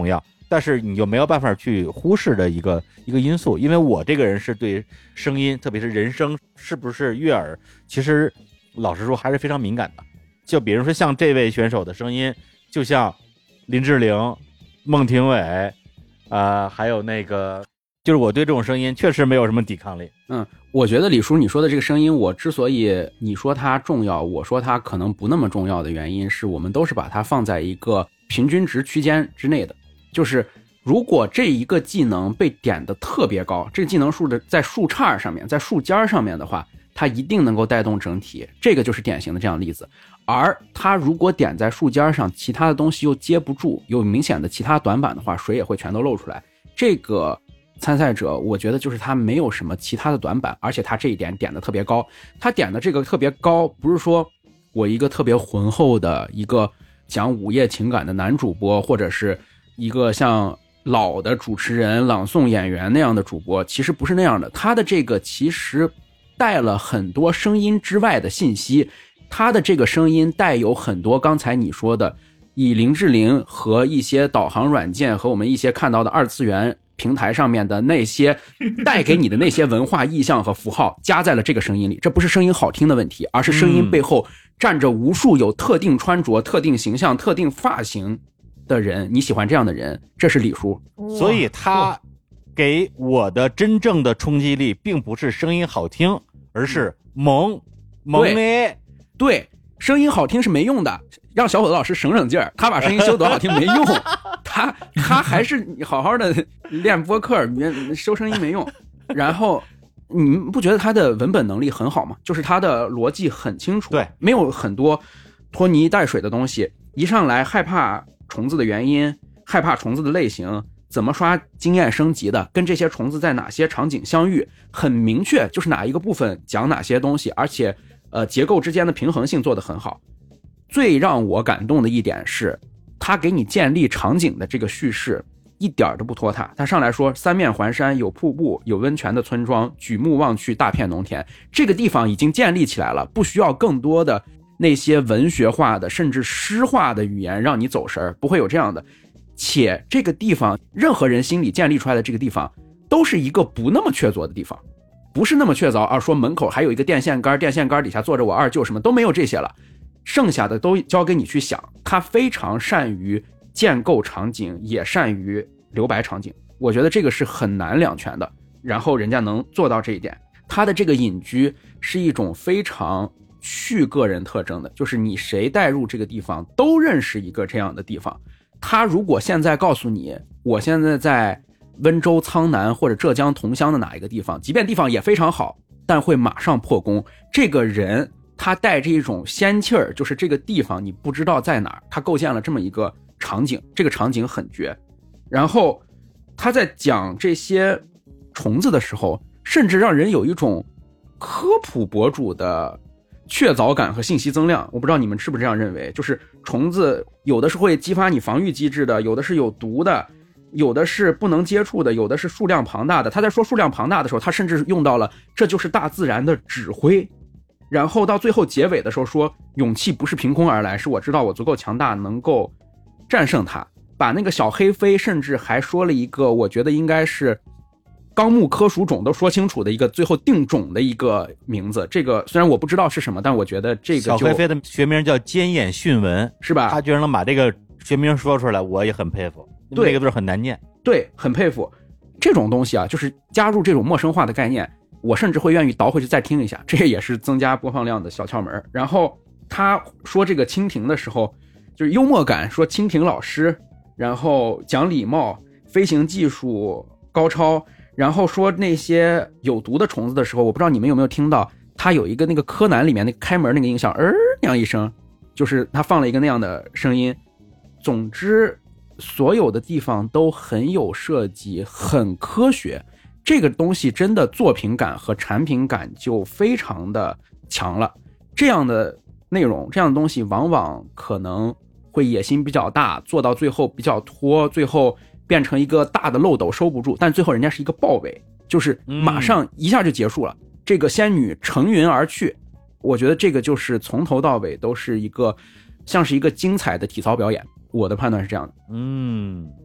但是你又没有办法去忽视的一个一个因素。因为我这个人是对声音，特别是人声是不是悦耳，其实老实说还是非常敏感的。就比如说像这位选手的声音，就像林志玲、孟庭苇，呃，还有那个，就是我对这种声音确实没有什么抵抗力。 嗯，我觉得李叔你说的这个声音，我之所以你说它重要，我说它可能不那么重要的原因，是我们都是把它放在一个平均值区间之内的。就是如果这一个技能被点的特别高，这个技能数的在树杈上面，在树尖上面的话，它一定能够带动整体，这个就是典型的这样的例子。而它如果点在树尖上，其他的东西又接不住，有明显的其他短板的话，水也会全都漏出来。这个参赛者我觉得就是他没有什么其他的短板，而且他这一点点的特别高。他点的这个特别高，不是说我一个特别浑厚的一个讲午夜情感的男主播，或者是一个像老的主持人、朗诵演员那样的主播，其实不是那样的。他的这个其实带了很多声音之外的信息，他的这个声音带有很多刚才你说的，以林志玲和一些导航软件和我们一些看到的二次元平台上面的那些带给你的那些文化意象和符号加在了这个声音里。这不是声音好听的问题，而是声音背后站着无数有特定穿着、特定形象、特定发型的人。你喜欢这样的人，这是李叔。 所以他给我的真正的冲击力并不是声音好听，而是萌萌呢。 对，声音好听是没用的，让小伙子老师省省劲儿，他把声音修多好听没用，他他还是好好的练播客，修声音没用。然后你们不觉得他的文本能力很好吗？就是他的逻辑很清楚， 对， 没有很多拖泥带水的东西。一上来害怕虫子的原因，害怕虫子的类型，怎么刷经验升级的，跟这些虫子在哪些场景相遇，很明确，就是哪一个部分讲哪些东西，而且呃，结构之间的平衡性做得很好。最让我感动的一点是，他给你建立场景的这个叙事一点都不拖沓。他上来说三面环山，有瀑布，有温泉的村庄，举目望去大片农田，这个地方已经建立起来了，不需要更多的那些文学化的甚至诗化的语言让你走神，不会有这样的。且这个地方任何人心里建立出来的这个地方都是一个不那么确凿的地方，不是那么确凿啊，说门口还有一个电线杆，电线杆底下坐着我二舅，什么都没有这些了，剩下的都交给你去想。他非常善于建构场景，也善于留白场景，我觉得这个是很难两全的，然后人家能做到这一点。他的这个隐居是一种非常去个人特征的，就是你谁带入这个地方都认识一个这样的地方。他如果现在告诉你我现在在温州苍南或者浙江桐乡的哪一个地方，即便地方也非常好，但会马上破功。这个人他带着一种仙气儿，就是这个地方你不知道在哪儿，他构建了这么一个场景，这个场景很绝。然后他在讲这些虫子的时候，甚至让人有一种科普博主的确凿感和信息增量。我不知道你们是不是这样认为，就是虫子有的是会激发你防御机制的，有的是有毒的，有的是不能接触的，有的是数量庞大的。他在说数量庞大的时候，他甚至用到了这就是大自然的指挥。然后到最后结尾的时候说，勇气不是凭空而来，是我知道我足够强大能够战胜它。把那个小黑飞甚至还说了一个我觉得应该是纲目科属种都说清楚的一个最后定种的一个名字。这个虽然我不知道是什么，但我觉得这个就小黑飞的学名叫尖眼迅蚊， 是吧？ 他居然能把这个学名说出来，我也很佩服。 对， 这个字很难念。 对，很佩服。这种东西啊，就是加入这种陌生化的概念，我甚至会愿意倒回去再听一下，这也是增加播放量的小窍门。然后他说这个蜻蜓的时候，就是幽默感，说蜻蜓老师，然后讲礼貌，飞行技术高超，然后说那些有毒的虫子的时候，我不知道你们有没有听到，他有一个那个柯南里面那个开门那个音响，呃那样一声，就是他放了一个那样的声音。总之所有的地方都很有设计，很科学，这个东西真的作品感和产品感就非常的强了。这样的内容，这样的东西往往可能会野心比较大，做到最后比较拖，最后变成一个大的漏斗收不住，但最后人家是一个爆尾，就是马上一下就结束了，嗯、这个仙女乘云而去。我觉得这个就是从头到尾都是一个像是一个精彩的体操表演，我的判断是这样的。 嗯，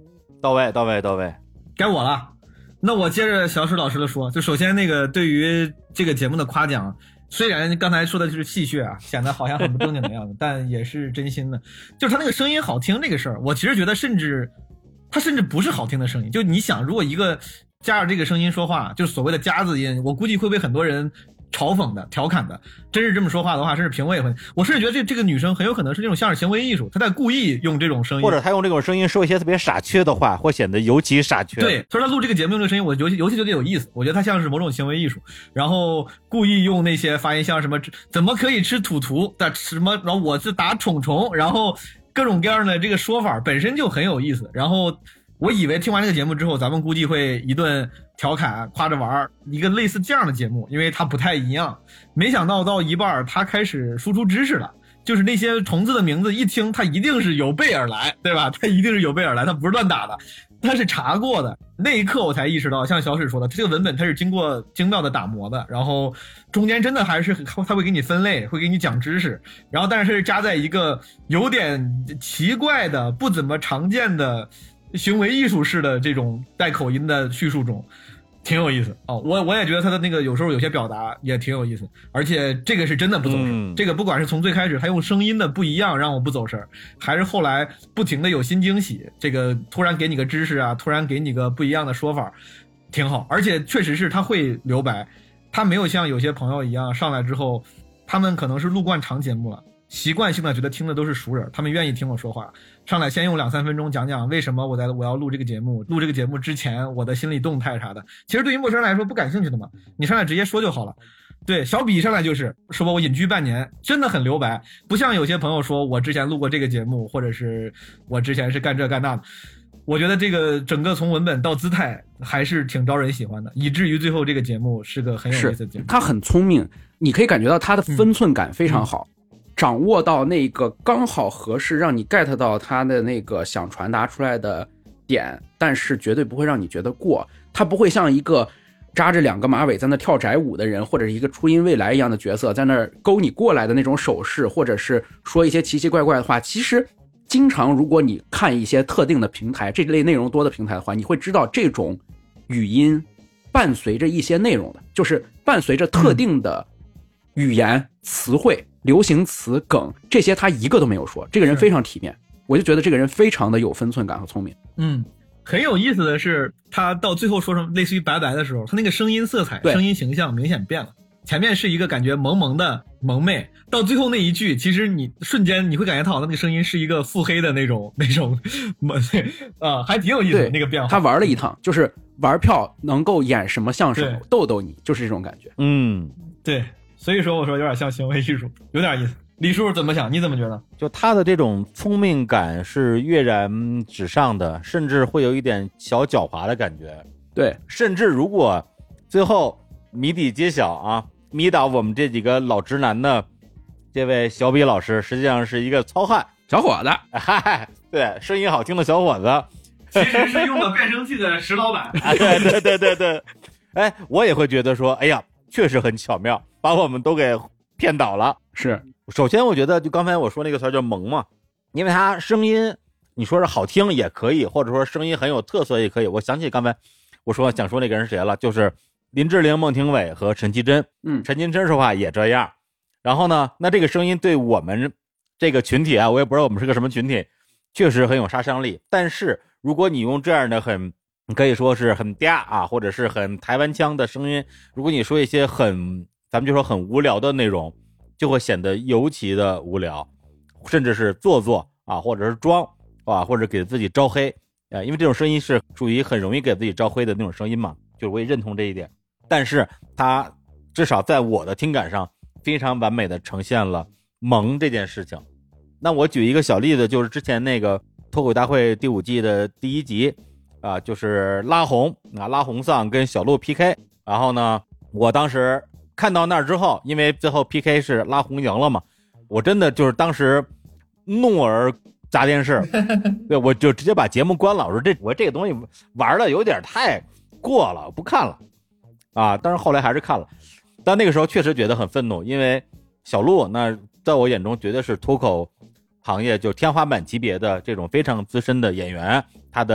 到位到位到位， 该我了。那我接着小史老师的说，就首先那个对于这个节目的夸奖，虽然刚才说的就是戏谑啊，显得好像很不正经的样子，但也是真心的。就是他那个声音好听这个事儿，我其实觉得甚至他甚至不是好听的声音。就你想，如果一个加上这个声音说话，就是所谓的夹子音，我估计会被很多人嘲讽的、调侃的。真是这么说话的话，甚至评委会，我甚至觉得这这个女生很有可能是这种像是行为艺术，她在故意用这种声音， 或者她用这种声音说一些特别傻缺的话，或显得尤其傻缺。 对，所以她录这个节目用这个声音，我尤其尤其觉得有意思。我觉得她像是某种行为艺术，然后故意用那些发音，像什么怎么可以吃土图的什么，然后我是打虫虫，然后各种各样的这个说法本身就很有意思。然后我以为听完这个节目之后，咱们估计会一顿调侃夸着玩一个类似这样的节目，因为它不太一样。没想到到一半它开始输出知识了，就是那些虫子的名字一听它一定是有备而来，对吧？它一定是有备而来，它不是乱打的，它是查过的。那一刻我才意识到，像小史说的，这个文本它是经过精妙的打磨的，然后中间真的还是它会给你分类，会给你讲知识，然后但是加在一个有点奇怪的不怎么常见的行为艺术式的这种带口音的叙述中，挺有意思哦。我我也觉得他的那个有时候有些表达也挺有意思，而且这个是真的不走神、嗯、这个不管是从最开始他用声音的不一样让我不走神，还是后来不停的有新惊喜，这个突然给你个知识啊，突然给你个不一样的说法，挺好。而且确实是他会留白，他没有像有些朋友一样上来之后，他们可能是录惯长节目了，习惯性的觉得听的都是熟人，他们愿意听我说话，上来先用两三分钟讲讲为什么我在我要录这个节目，录这个节目之前我的心理动态啥的。其实对于陌生人来说不感兴趣的嘛，你上来直接说就好了。对，小比上来就是说我隐居半年，真的很留白，不像有些朋友说我之前录过这个节目，或者是我之前是干这干那的。我觉得这个整个从文本到姿态还是挺招人喜欢的，以至于最后这个节目是个很有意思的节目。 他很聪明，你可以感觉到他的分寸感非常好、嗯嗯，掌握到那个刚好合适让你 get 到他的那个想传达出来的点，但是绝对不会让你觉得过。他不会像一个扎着两个马尾在那跳宅舞的人，或者是一个初音未来一样的角色在那勾你过来的那种手势，或者是说一些奇奇怪怪的话。其实经常如果你看一些特定的平台，这类内容多的平台的话，你会知道这种语音伴随着一些内容的，就是伴随着特定的语言词汇、流行词梗，这些他一个都没有说。这个人非常体面，我就觉得这个人非常的有分寸感和聪明。 嗯，很有意思的是，他到最后说成类似于白白的时候，他那个声音色彩、声音形象明显变了。前面是一个感觉萌萌的萌妹，到最后那一句，其实你瞬间你会感觉他好像那个声音是一个腹黑的那种那种啊，还挺有意思的那个变化。 他玩了一趟，就是玩票能够演什么相声逗逗你，就是这种感觉。 嗯， 对。所以说我说有点像行为艺术，有点意思。李叔怎么想？你怎么觉得？ 就他的这种聪明感是跃然纸上的，甚至会有一点小狡猾的感觉。 对， 甚至如果最后谜底揭晓啊，迷倒我们这几个老直男的这位小比老师，实际上是一个糙汉小伙子， 嗨，对，声音好听的小伙子， 其实是用了变声器的石老板。 啊，对对对对对，哎，我也会觉得说，哎呀，确实很巧妙，把我们都给骗倒了。 是， 首先我觉得就刚才我说那个词叫萌嘛，因为他声音你说是好听也可以，或者说声音很有特色也可以。我想起刚才我说想说那个人谁了，就是林志玲、孟庭苇和陈绮贞。 嗯， 陈绮贞说话也这样。然后呢，那这个声音对我们这个群体啊，我也不知道我们是个什么群体，确实很有杀伤力。但是如果你用这样的很可以说是很嗲啊，或者是很台湾腔的声音，如果你说一些很咱们就说很无聊的内容，就会显得尤其的无聊，甚至是做作啊，或者是装啊，或者给自己招黑啊，因为这种声音是属于很容易给自己招黑的那种声音嘛，就是我也认同这一点。但是它至少在我的听感上非常完美的呈现了萌这件事情。那我举一个小例子，就是之前那个脱口大会第五季的第一集啊，就是拉红啊，拉红丧跟小鹿 P K。然后呢，我当时看到那儿之后，因为最后 P K 是拉红赢了嘛，我真的就是当时怒而砸电视，对，我就直接把节目关了。我说这我这个东西玩的有点太过了，不看了啊。但是后来还是看了，但那个时候确实觉得很愤怒，因为小鹿那在我眼中绝对是脱口行业就天花板级别的这种非常资深的演员，他的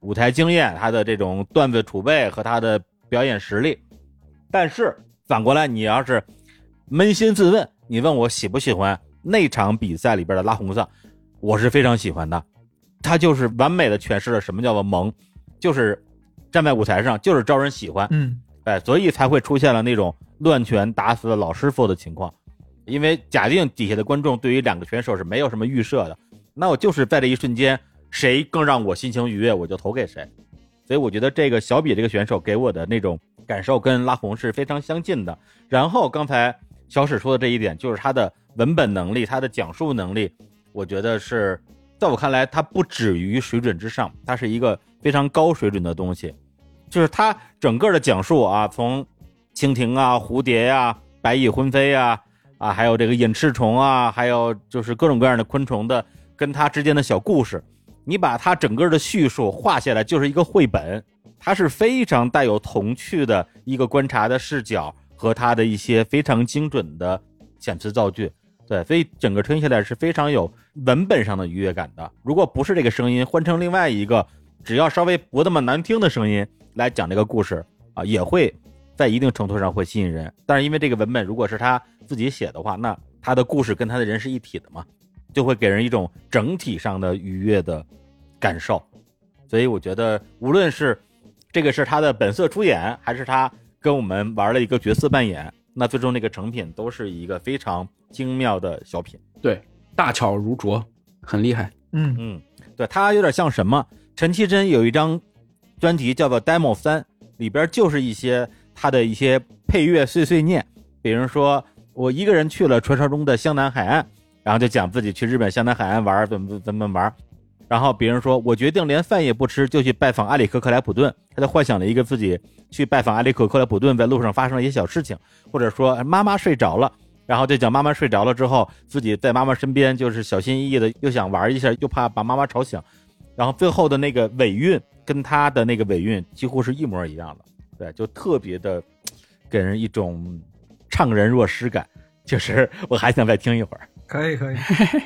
舞台经验、他的这种段子储备和他的表演实力。但是反过来，你要是扪心自问，你问我喜不喜欢那场比赛里边的拉红桑，我是非常喜欢的。他就是完美的诠释了什么叫做萌，就是站在舞台上就是招人喜欢。 嗯， 哎，所以才会出现了那种乱拳打死了老师傅的情况。因为假定底下的观众对于两个选手是没有什么预设的，那我就是在这一瞬间谁更让我心情愉悦我就投给谁。所以我觉得这个小比这个选手给我的那种感受跟拉红是非常相近的。然后刚才小史说的这一点，就是他的文本能力，他的讲述能力，我觉得是在我看来他不止于水准之上，他是一个非常高水准的东西。就是他整个的讲述啊，从蜻蜓啊、蝴蝶啊、白蚁婚飞啊啊，还有这个隐翅虫啊，还有就是各种各样的昆虫的跟它之间的小故事，你把它整个的叙述画下来就是一个绘本。它是非常带有童趣的一个观察的视角和它的一些非常精准的遣词造句。对，所以整个听下来是非常有文本上的愉悦感的。如果不是这个声音，换成另外一个只要稍微不那么难听的声音来讲这个故事啊，也会在一定程度上会吸引人。但是因为这个文本如果是他自己写的话，那他的故事跟他的人是一体的嘛，就会给人一种整体上的愉悦的感受。所以我觉得无论是这个是他的本色出演，还是他跟我们玩了一个角色扮演，那最终那个成品都是一个非常精妙的小品。 对，大巧如拙，很厉害。 嗯嗯，对，他有点像什么？陈绮贞有一张专辑叫做 Demo 三，里边就是一些他的一些配乐碎碎念，比如说我一个人去了传说中的湘南海岸，然后就讲自己去日本湘南海岸玩怎么怎么玩。然后别人说我决定连饭也不吃就去拜访阿里克克莱普顿，他就幻想了一个自己去拜访阿里克克莱普顿在路上发生了一些小事情，或者说妈妈睡着了，然后就讲妈妈睡着了之后自己在妈妈身边就是小心翼翼的又想玩一下又怕把妈妈吵醒，然后最后的那个尾韵跟他的那个尾韵几乎是一模一样的。对，就特别的给人一种怅然若失感，就是我还想再听一会儿。 可以可以。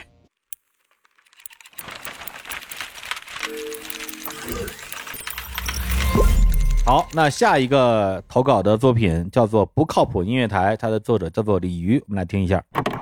好，那下一个投稿的作品叫做《不靠谱音乐台》，它的作者叫做李鱼，我们来听一下。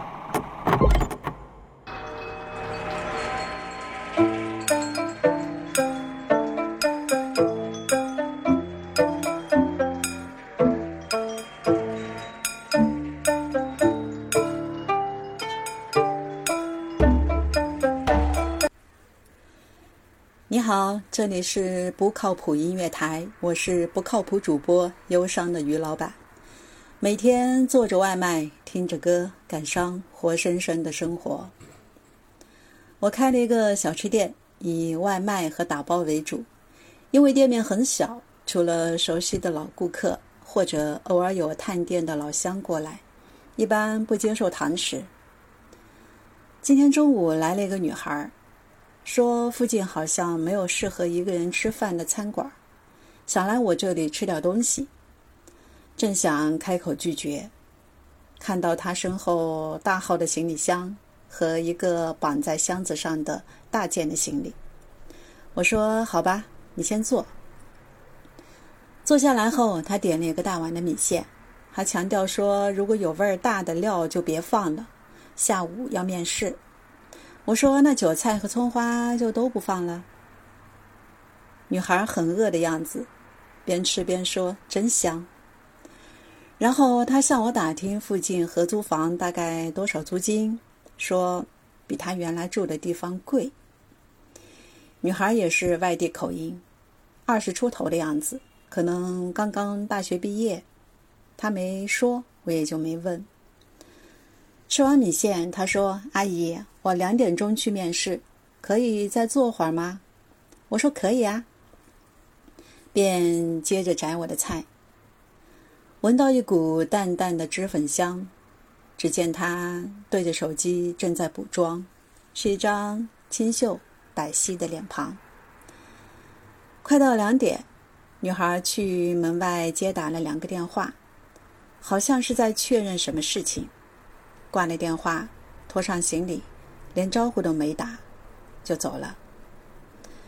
你好，这里是不靠谱音乐台，我是不靠谱主播忧伤的于老板。每天做着外卖，听着歌，感伤活生生的生活。我开了一个小吃店，以外卖和打包为主。因为店面很小，除了熟悉的老顾客或者偶尔有探店的老乡过来，一般不接受堂食。今天中午来了一个女孩，说附近好像没有适合一个人吃饭的餐馆，想来我这里吃点东西。正想开口拒绝，看到他身后大号的行李箱和一个绑在箱子上的大件的行李。我说好吧，你先坐。坐下来后，他点了一个大碗的米线，还强调说如果有味儿大的料就别放了，下午要面试。我说那韭菜和葱花就都不放了。女孩很饿的样子，边吃边说真香。然后她向我打听附近合租房大概多少租金，说比她原来住的地方贵。女孩也是外地口音，二十出头的样子，可能刚刚大学毕业。她没说，我也就没问。吃完米线，她说阿姨，我两点钟去面试，可以再坐会儿吗？我说可以啊，便接着摘我的菜。闻到一股淡淡的脂粉香，只见她对着手机正在补妆，是一张清秀白皙的脸庞。快到两点，女孩去门外接打了两个电话，好像是在确认什么事情。挂了电话，拖上行李，连招呼都没打就走了。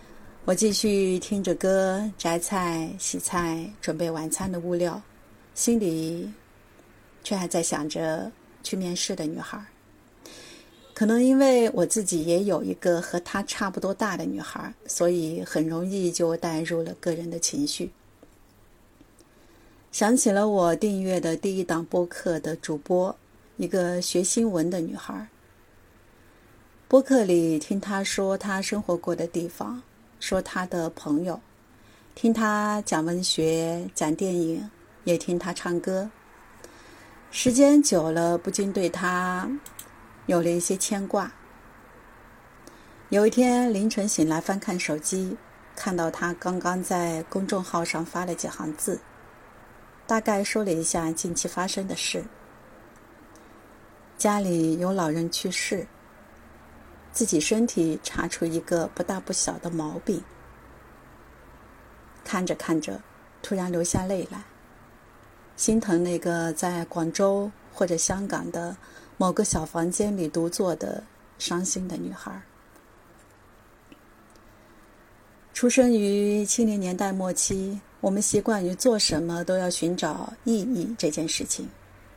我继续听着歌，摘菜、洗菜，准备晚餐的物料，心里却还在想着去面试的女孩。可能因为我自己也有一个和她差不多大的女孩，所以很容易就带入了个人的情绪。想起了我订阅的第一档播客的主播，一个学新闻的女孩。播客里听她说她生活过的地方，说她的朋友，听她讲文学、讲电影，也听她唱歌。时间久了，不禁对她有了一些牵挂。有一天凌晨醒来翻看手机，看到她刚刚在公众号上发了几行字，大概说了一下近期发生的事。家里有老人去世，自己身体查出一个不大不小的毛病。看着看着，突然流下泪来，心疼那个在广州或者香港的某个小房间里独坐的伤心的女孩。出生于七零年代末期，我们习惯于做什么都要寻找意义这件事情。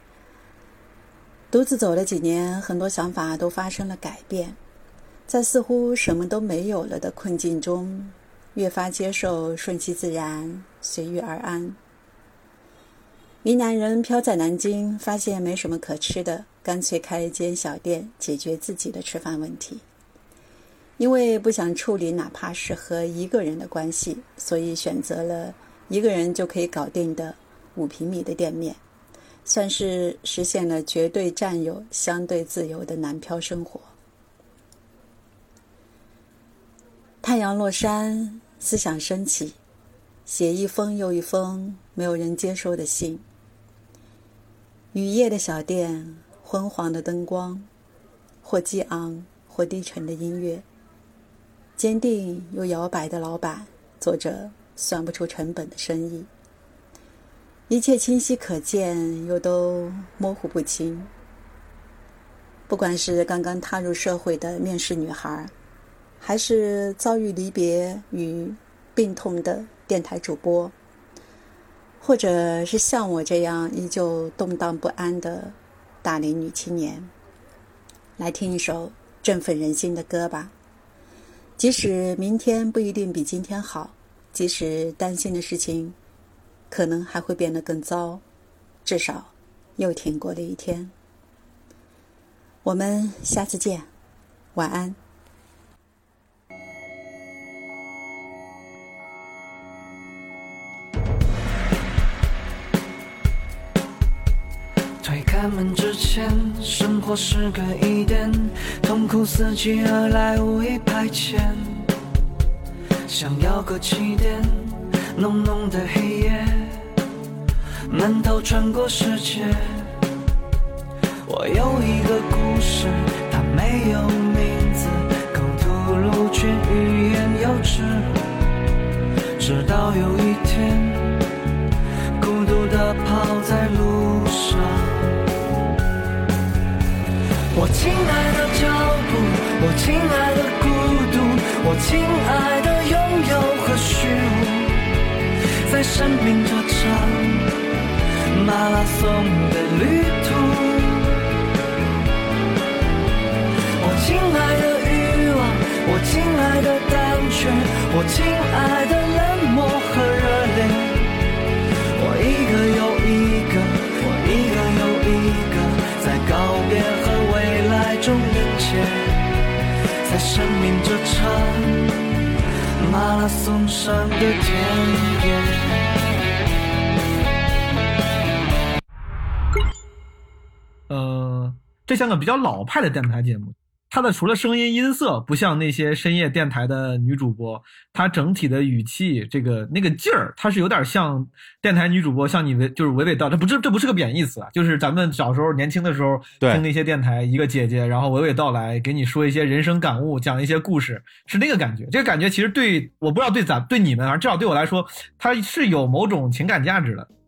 独自走了几年，很多想法都发生了改变，在似乎什么都没有了的困境中，越发接受顺其自然，随遇而安。一男人飘在南京，发现没什么可吃的，干脆开一间小店，解决自己的吃饭问题。因为不想处理哪怕是和一个人的关系，所以选择了一个人就可以搞定的五平米的店面，算是实现了绝对占有、相对自由的南漂生活。太阳落山，思想升起，写一封又一封没有人接收的信。雨夜的小店，昏黄的灯光，或激昂或低沉的音乐，坚定又摇摆的老板做着算不出成本的生意，一切清晰可见又都模糊不清。不管是刚刚踏入社会的面试女孩，还是遭遇离别与病痛的电台主播，或者是像我这样依旧动荡不安的大龄女青年，来听一首振奋人心的歌吧。即使明天不一定比今天好，即使担心的事情可能还会变得更糟，至少又挺过了一天。我们下次见，晚安。 推开门之前，生活是个疑点，痛苦伺机而来，无意排遣。想要个起点，浓浓的黑夜，闷头穿过世界。我有一个故事，它没有名字，口吐露却欲言又止。直到有一天，孤独地跑在路上。我亲爱的脚步，我亲爱的孤独，我亲爱的拥有和虚无，在生命这场马拉松的旅途。我亲爱的欲望，我亲爱的胆怯，我亲爱的冷漠和热烈，我一个又一个，我一个又一个，在告别和未来中连接，在生命这场马拉松上的田野。 呃，这像个比较老派的电台节目，它的除了声音音色不像那些深夜电台的女主播，它整体的语气这个那个劲儿，它是有点像电台女主播，像你娓就是娓娓道，这不是这不是个贬义词啊，就是咱们小时候年轻的时候听那些电台，一个姐姐然后娓娓道来给你说一些人生感悟，讲一些故事，是那个感觉。这个感觉其实对我不知道对咱对你们，而至少对我来说，它是有某种情感价值的。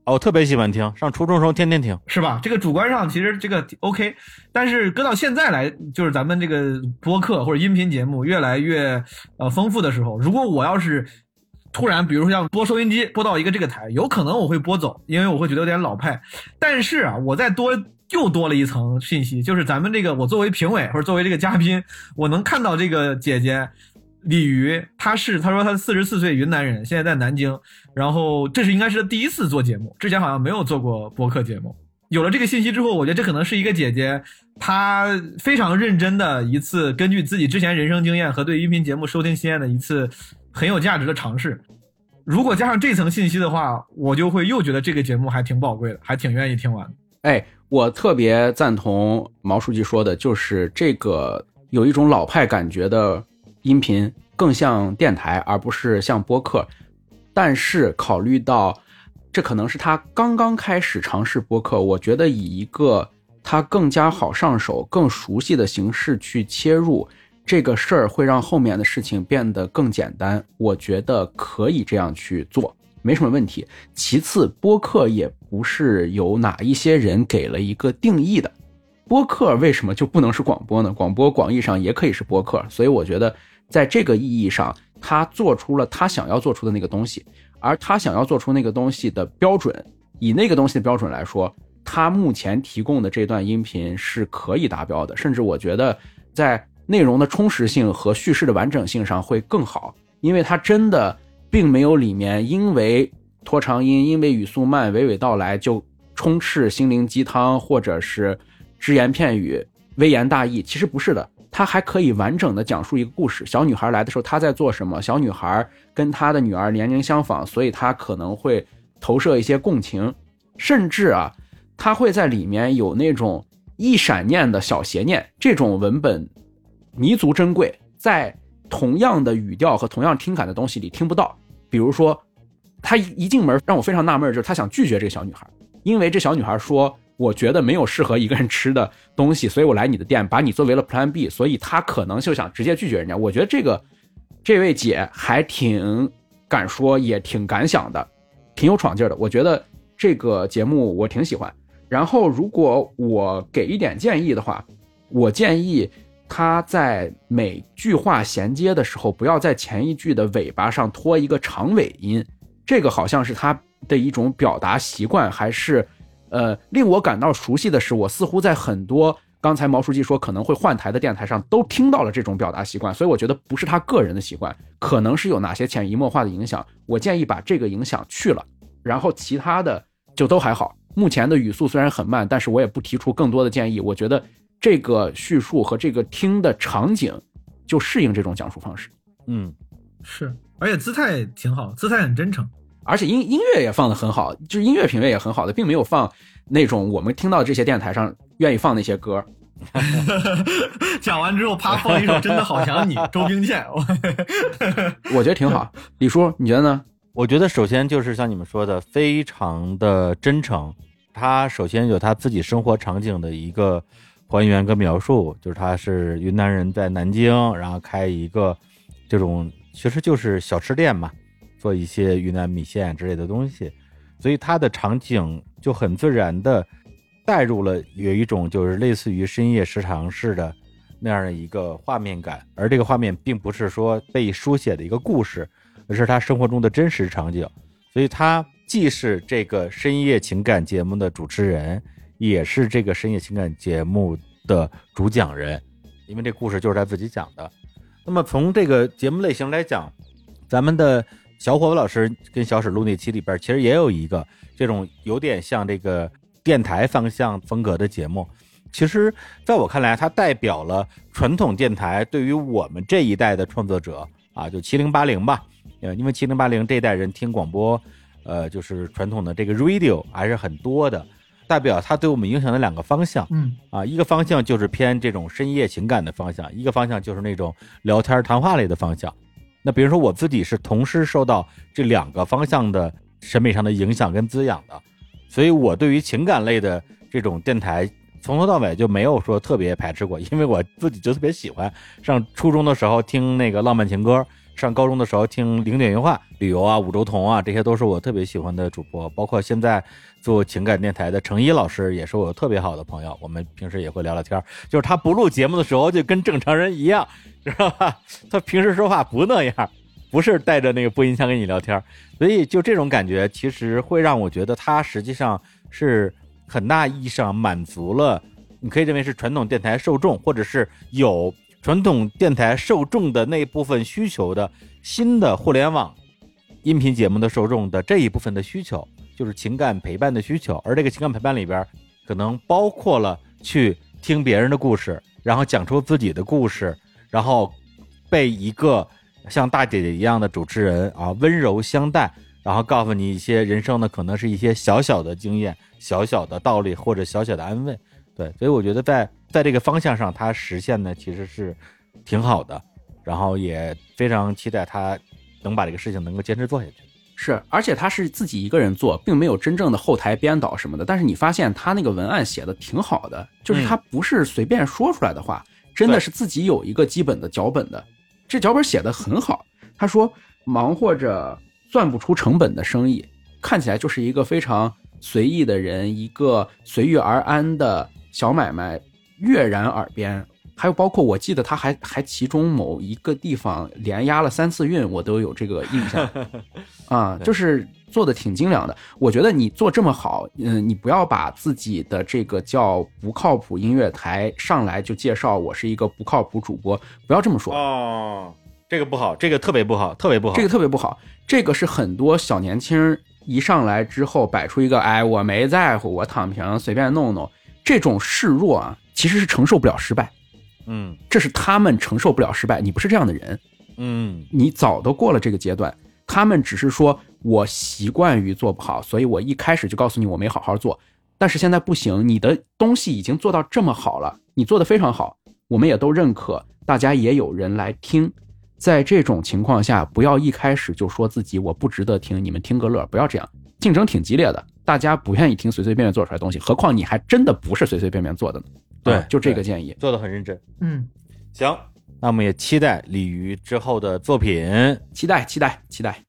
哦，我特别喜欢听，上初中时候天天听， 是吧？这个主观上其实这个 OK， 但是搁到现在来，就是咱们这个播客或者音频节目越来越呃丰富的时候，如果我要是突然比如说像播收音机播到一个这个台，有可能我会播走，因为我会觉得有点老派。但是啊，我再多又多了一层信息，就是咱们这个我作为评委或者作为这个嘉宾，我能看到这个姐姐李瑜，她是她说她四十四岁云南人，现在在南京，然后这是应该是第一次做节目，之前好像没有做过播客节目。有了这个信息之后，我觉得这可能是一个姐姐她非常认真的一次根据自己之前人生经验和对音频节目收听经验的一次很有价值的尝试。如果加上这层信息的话，我就会又觉得这个节目还挺宝贵的，还挺愿意听完的。 哎，我特别赞同毛书记说的，就是这个有一种老派感觉的音频更像电台而不是像播客，但是考虑到这可能是他刚刚开始尝试播客，我觉得以一个他更加好上手更熟悉的形式去切入这个事儿，会让后面的事情变得更简单，我觉得可以这样去做，没什么问题。其次，播客也不是由哪一些人给了一个定义的，播客为什么就不能是广播呢？广播广义上也可以是播客，所以我觉得在这个意义上，他做出了他想要做出的那个东西，而他想要做出那个东西的标准，以那个东西的标准来说，他目前提供的这段音频是可以达标的，甚至我觉得在内容的充实性和叙事的完整性上会更好，因为它真的并没有里面因为拖长音因为语速慢娓娓道来就充斥心灵鸡汤或者是只言片语微言大义，其实不是的，他还可以完整的讲述一个故事。小女孩来的时候她在做什么，小女孩跟她的女儿年龄相仿，所以她可能会投射一些共情，甚至啊她会在里面有那种一闪念的小邪念，这种文本弥足珍贵，在同样的语调和同样听感的东西里听不到。比如说他一进门让我非常纳闷，就是他想拒绝这个小女孩，因为这小女孩说我觉得没有适合一个人吃的东西，所以我来你的店把你作为了 plan B， 所以他可能就想直接拒绝人家。我觉得这个这位姐还挺敢说也挺敢想的，挺有闯劲的，我觉得这个节目我挺喜欢。然后如果我给一点建议的话，我建议他在每句话衔接的时候不要在前一句的尾巴上拖一个长尾音，这个好像是他的一种表达习惯，还是呃令我感到熟悉的是，我似乎在很多刚才毛书记说可能会换台的电台上都听到了这种表达习惯，所以我觉得不是他个人的习惯，可能是有哪些潜移默化的影响，我建议把这个影响去了，然后其他的就都还好。目前的语速虽然很慢，但是我也不提出更多的建议，我觉得这个叙述和这个听的场景就适应这种讲述方式。 嗯，是，而且姿态挺好，姿态很真诚， 而且音音乐也放得很好，就是音乐品味也很好的，并没有放那种我们听到这些电台上愿意放那些歌。 讲完之后啪放一首真的好想你周冰倩我觉得挺好。李叔你觉得呢？ 我觉得首先就是像你们说的非常的真诚，他首先有他自己生活场景的一个还原跟描述，就是他是云南人在南京，然后开一个这种其实就是小吃店嘛，做一些云南米线之类的东西，所以他的场景就很自然的带入了有一种就是类似于深夜食堂式的那样的一个画面感，而这个画面并不是说被书写的一个故事，而是他生活中的真实场景，所以他既是这个深夜情感节目的主持人，也是这个深夜情感节目的主讲人，因为这故事就是他自己讲的。那么从这个节目类型来讲，咱们的小伙子老师跟小史录那期里边其实也有一个这种有点像这个电台方向风格的节目，其实在我看来它代表了传统电台对于我们这一代的创作者啊，就七零八零吧，因为七零八零这一代人听广播呃，就是传统的这个 radio 还是很多的，代表它对我们影响的两个方向。 嗯啊，一个方向就是偏这种深夜情感的方向，一个方向就是那种聊天谈话类的方向。那比如说我自己是同时受到这两个方向的审美上的影响跟滋养的，所以我对于情感类的这种电台从头到尾就没有说特别排斥过，因为我自己就特别喜欢。上初中的时候听那个浪漫情歌， 上高中的时候听零点原话、旅游啊、五洲同啊，这些都是我特别喜欢的主播。包括现在做情感电台的程一老师，也是我特别好的朋友，我们平时也会聊聊天。就是他不录节目的时候，就跟正常人一样，知道吧？他平时说话不那样，不是带着那个播音腔跟你聊天。所以就这种感觉，其实会让我觉得他实际上是很大意义上满足了，你可以认为是传统电台受众，或者是有传统电台受众的那部分需求的新的互联网音频节目的受众的这一部分的需求，就是情感陪伴的需求。而这个情感陪伴里边可能包括了去听别人的故事，然后讲出自己的故事，然后被一个像大姐姐一样的主持人啊温柔相待，然后告诉你一些人生的可能是一些小小的经验、小小的道理或者小小的安慰。对，所以我觉得在在这个方向上它实现的其实是挺好的，然后也非常期待他能把这个事情能够坚持做下去。 是，而且他是自己一个人做，并没有真正的后台编导什么的，但是你发现他那个文案写的挺好的，就是他不是随便说出来的话、嗯、真的是自己有一个基本的脚本的，这脚本写的很好。他说忙活着算不出成本的生意，看起来就是一个非常随意的人，一个随遇而安的小买卖跃然耳边。还有包括我记得他还还其中某一个地方连押了三次运，我都有这个印象啊，就是做的挺精良的。我觉得你做这么好，嗯，你不要把自己的这个叫不靠谱音乐台上来就介绍我是一个不靠谱主播，不要这么说哦，这个不好，这个特别不好，特别不好， 这个特别不好。这个是很多小年轻一上来之后摆出一个哎我没在乎，我躺平随便弄弄，这种示弱啊，其实是承受不了失败。 嗯， 这是他们承受不了失败，你不是这样的人。 嗯， 你早都过了这个阶段，他们只是说我习惯于做不好，所以我一开始就告诉你我没好好做。但是现在不行，你的东西已经做到这么好了，你做得非常好，我们也都认可，大家也有人来听。在这种情况下，不要一开始就说自己我不值得听，你们听个乐，不要这样。竞争挺激烈的，大家不愿意听随随便便做出来的东西，何况你还真的不是随随便便做的呢。 对、 啊，就这个建议， 做得很认真。 嗯， 行，那我们也期待鲤鱼之后的作品， 期待，期待，期待。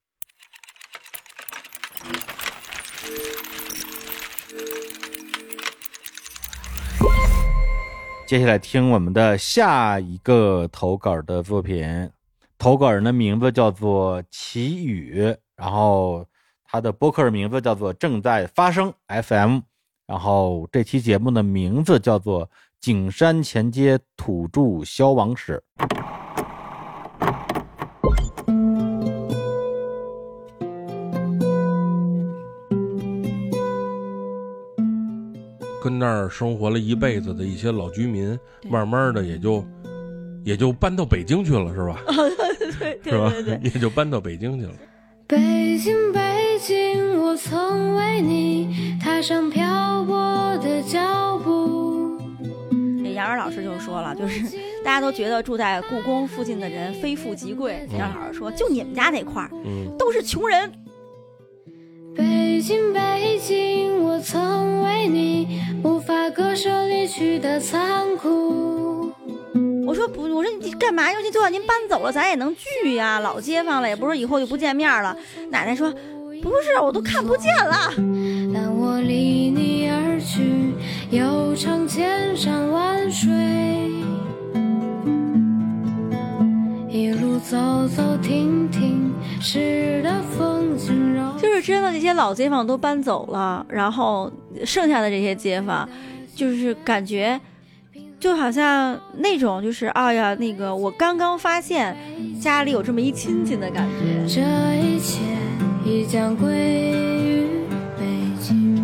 接下来听我们的下一个投稿的作品，投稿人的名字叫做齐宇，然后他的播客名字叫做正在发生 F M， 然后这期节目的名字叫做景山前街土著消亡史。 跟那儿生活了一辈子的一些老居民，慢慢的也就也就搬到北京去了，是吧？ 对对是吧？ 对对， 也就搬到北京去了。 北京，北京，我曾为你踏上漂泊的脚步。 杨尔老师就说了，就是大家都觉得住在故宫附近的人非富即贵。杨尔老师说，就你们家那块儿，嗯，都是穷人。 北京，北京，我曾为你无法割舍离去的残酷。 我说不，我说你干嘛？尤其就算您搬走了，咱也能聚呀，老街坊了，也不是以后就不见面了。奶奶说，不是，我都看不见了。 但我离你而去，又尝千山万水，一路走走停停，诗的风景柔。 就是真的，这些老街坊都搬走了，然后剩下的这些街坊，就是感觉就好像那种就是哎呀，那个我刚刚发现家里有这么一亲戚的感觉。 这一切已将归于北京。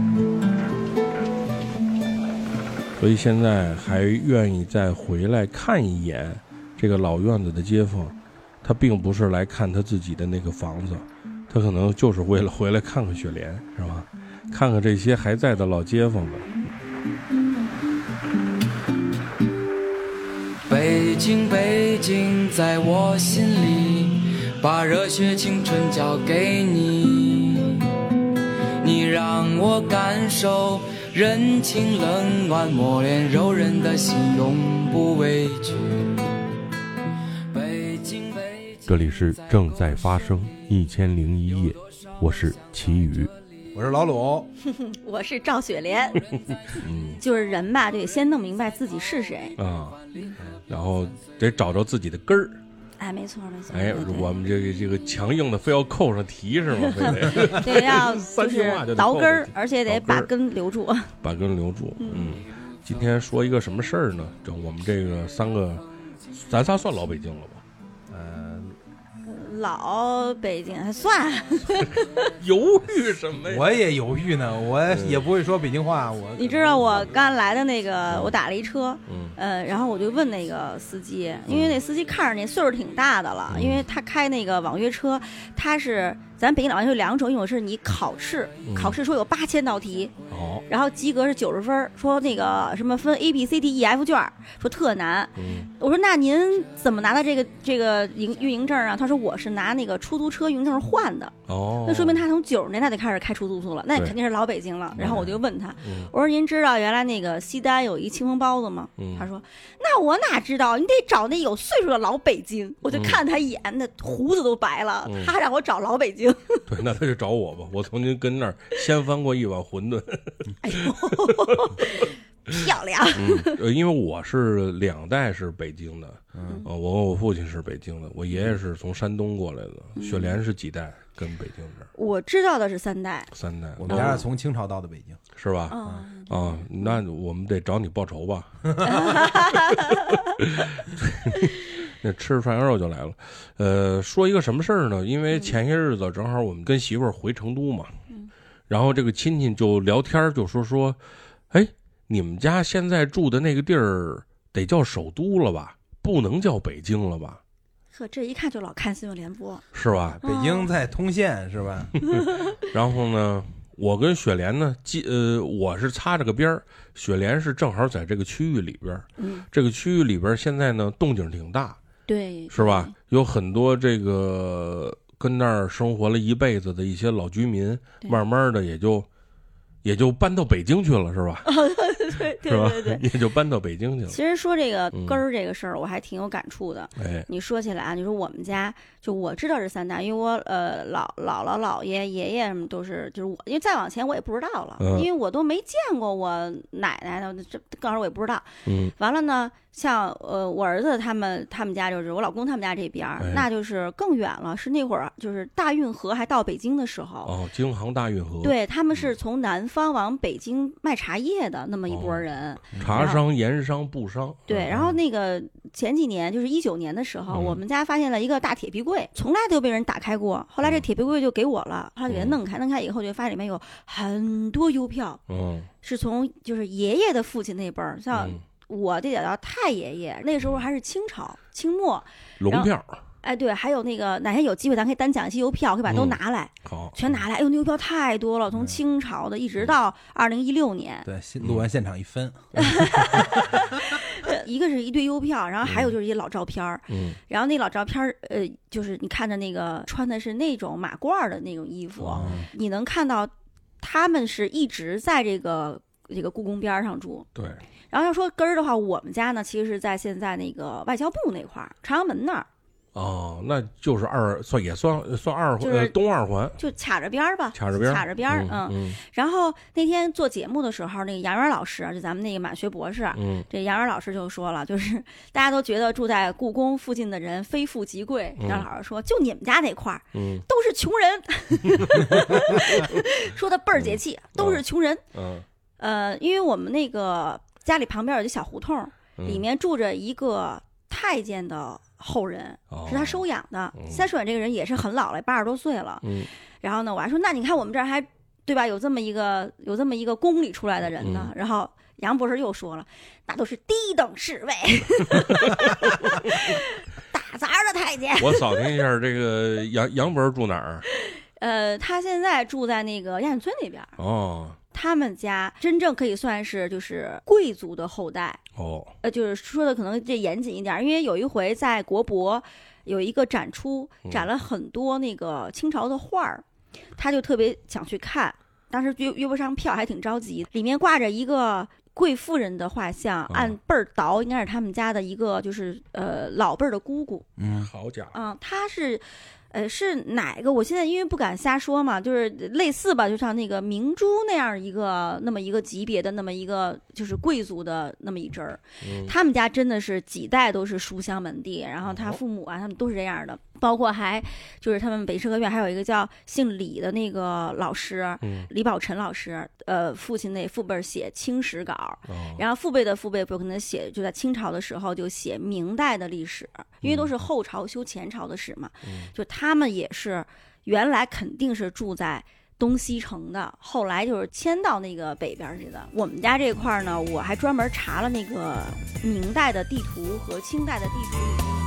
所以现在还愿意再回来看一眼这个老院子的街坊，他并不是来看他自己的那个房子，他可能就是为了回来看看雪莲，是吧？看看这些还在的老街坊们。 北京，北京，在我心里，把热血青春交给你，你让我感受人情冷暖，磨练柔韧的心，永不畏惧。北京，北京。 这里是正在发生一千零一夜，我是齐宇， 我是老鲁， 我是赵雪莲。 嗯， 就是人吧，得先弄明白自己是谁啊，然后得找着自己的根儿。 哎，没错没错。 哎，我们这个这个强硬的非要扣上题是吗？非得对，要三句话就牢根儿，而且得把根留住。 把根留住。嗯，今天说一个什么事儿呢？这我们这个三个，咱仨算老北京了吧？ 老北京还算犹豫什么呀？ 我也犹豫呢，我也不会说北京话。我你知道我刚来的那个，我打了一车，嗯，呃，然后我就问那个司机，因为那司机看着那岁数挺大的了，因为他开那个网约车，他是咱北京网约车有两种，一种是你考试，考试说有八千道题，哦，然后及格是九十分，说那个什么分 A B C D E F 卷，说特难。嗯，我说那您怎么拿到这个这个营运营证啊？他说我是拿那个出租车运营证换的。哦，那说明他从九十年代就开始开出租车了，那肯定是老北京了。然后我就问他，嗯、我说您知道原来那个西单有一清风包子吗？嗯、他说那我哪知道，你得找那有岁数的老北京。我就看他一眼，那胡子都白了，嗯、他让我找老北京。 对，那他就找我吧，我曾经跟那儿先翻过一碗馄饨。 哎呦，漂亮！ 嗯，因为我是两代是北京的，嗯，呃、我我父亲是北京的，我爷爷是从山东过来的。嗯、雪莲是几代跟北京这儿？ 我知道的是三代， 三代。 我们家是从清朝到的北京， 是吧？啊、嗯哦，那我们得找你报仇吧。那吃着涮羊肉就来了，呃，说一个什么事儿呢？因为前些日子正好我们跟媳妇儿回成都嘛，嗯、然后这个亲戚就聊天，就说说，哎，你们家现在住的那个地儿得叫首都了吧？不能叫北京了吧？ 呵，这一看就老看新闻联播， 是吧？ 北京在通县是吧？ 然后呢，我跟雪莲呢，呃，我是擦着个边儿，雪莲是正好在这个区域里边，嗯，这个区域里边现在呢动静挺大。 对， 是吧？有很多这个跟那儿生活了一辈子的一些老居民，慢慢的也就也就搬到北京去了，是吧？ 对对对对， 也就搬到北京去了。 其实说这个根儿这个事儿，我还挺有感触的。 哎， 你说起来啊，你说我们家就我知道是三代，因为我呃老姥姥、姥爷、爷爷什么都是，就是我，因为再往前我也不知道了，嗯、因为我都没见过我奶奶的，这刚好我也不知道。嗯，完了呢。像呃，我儿子他们他们家就是我老公他们家这边，哎、那就是更远了。是那会儿就是大运河还到北京的时候哦，京杭大运河。 对，他们是从南方往北京卖茶叶的那么一拨人，哦、 茶商、盐商、布商。 对，然后那个前几年就是一九年的时候，嗯、我们家发现了一个大铁皮柜，从来都没被人打开过。后来这铁皮柜就给我了，后来给它弄开，弄开以后就发现里面有很多邮票，嗯，是从就是爷爷的父亲那辈儿，像。嗯我这叫太爷爷，那时候还是清朝清末龙票， 哎，对，还有那个哪天有机会咱可以单讲一些邮票，可以把都拿来，好、嗯，全拿来。哎呦，那邮票太多了，从清朝的一直到二零一六年， 对，录完现场一分， 一个是一堆邮票，然后还有就是一些老照片儿，嗯，然后那老照片儿，呃，就是你看着那个穿的是那种马褂的那种衣服，嗯、你能看到他们是一直在这个这个故宫边上住， 对。 然后要说根儿的话，我们家呢其实是在现在那个外交部那块儿，朝阳门那儿。 哦，那就是二算也算算二环，就是东二环， 就卡着边儿吧， 卡着边儿， 卡着边儿，嗯。嗯然后那天做节目的时候，那个杨元老师，就咱们那个满学博士，嗯，这杨元老师就说了，就是大家都觉得住在故宫附近的人非富即贵，杨、嗯、老师说，就你们家那块儿，嗯，都是穷人，说的倍儿解气，嗯、都是穷人，嗯，呃，因为我们那个。家里旁边有一个小胡同，里面住着一个太监的后人，嗯、是他收养的。嗯、现在收养这个人也是很老了，八十多岁了。嗯，然后呢，我还说，那你看我们这儿还对吧？有这么一个有这么一个宫里出来的人呢。嗯、然后杨博士又说了，那都是低等侍卫，打杂的太监。 我扫听一下，这个杨杨博士住哪儿？ 呃，他现在住在那个亚运村那边。 哦。 他们家真正可以算是就是贵族的后代哦，呃，就是说的可能这严谨一点，因为有一回在国博有一个展出，展了很多那个清朝的画儿，他就特别想去看， 当时约约不上票，还挺着急。里面挂着一个贵妇人的画像，按辈儿倒，应该是他们家的一个就是呃老辈儿的姑姑。 嗯，好家伙， 嗯，她是。呃，是哪个？我现在因为不敢瞎说嘛，就是类似吧，就像那个明珠那样一个那么一个级别的那么一个就是贵族的那么一支儿。嗯、他们家真的是几代都是书香门第，然后他父母啊，他们都是这样的。包括还就是他们北师科院还有一个叫姓李的那个老师，嗯、李宝臣老师，呃，父亲那父辈写清史稿，哦、然后父辈的父辈不可能写，就在清朝的时候就写明代的历史，因为都是后朝修前朝的史嘛，嗯、就他们也是原来肯定是住在东西城的，后来就是迁到那个北边去的。我们家这块呢，我还专门查了那个明代的地图和清代的地图里面。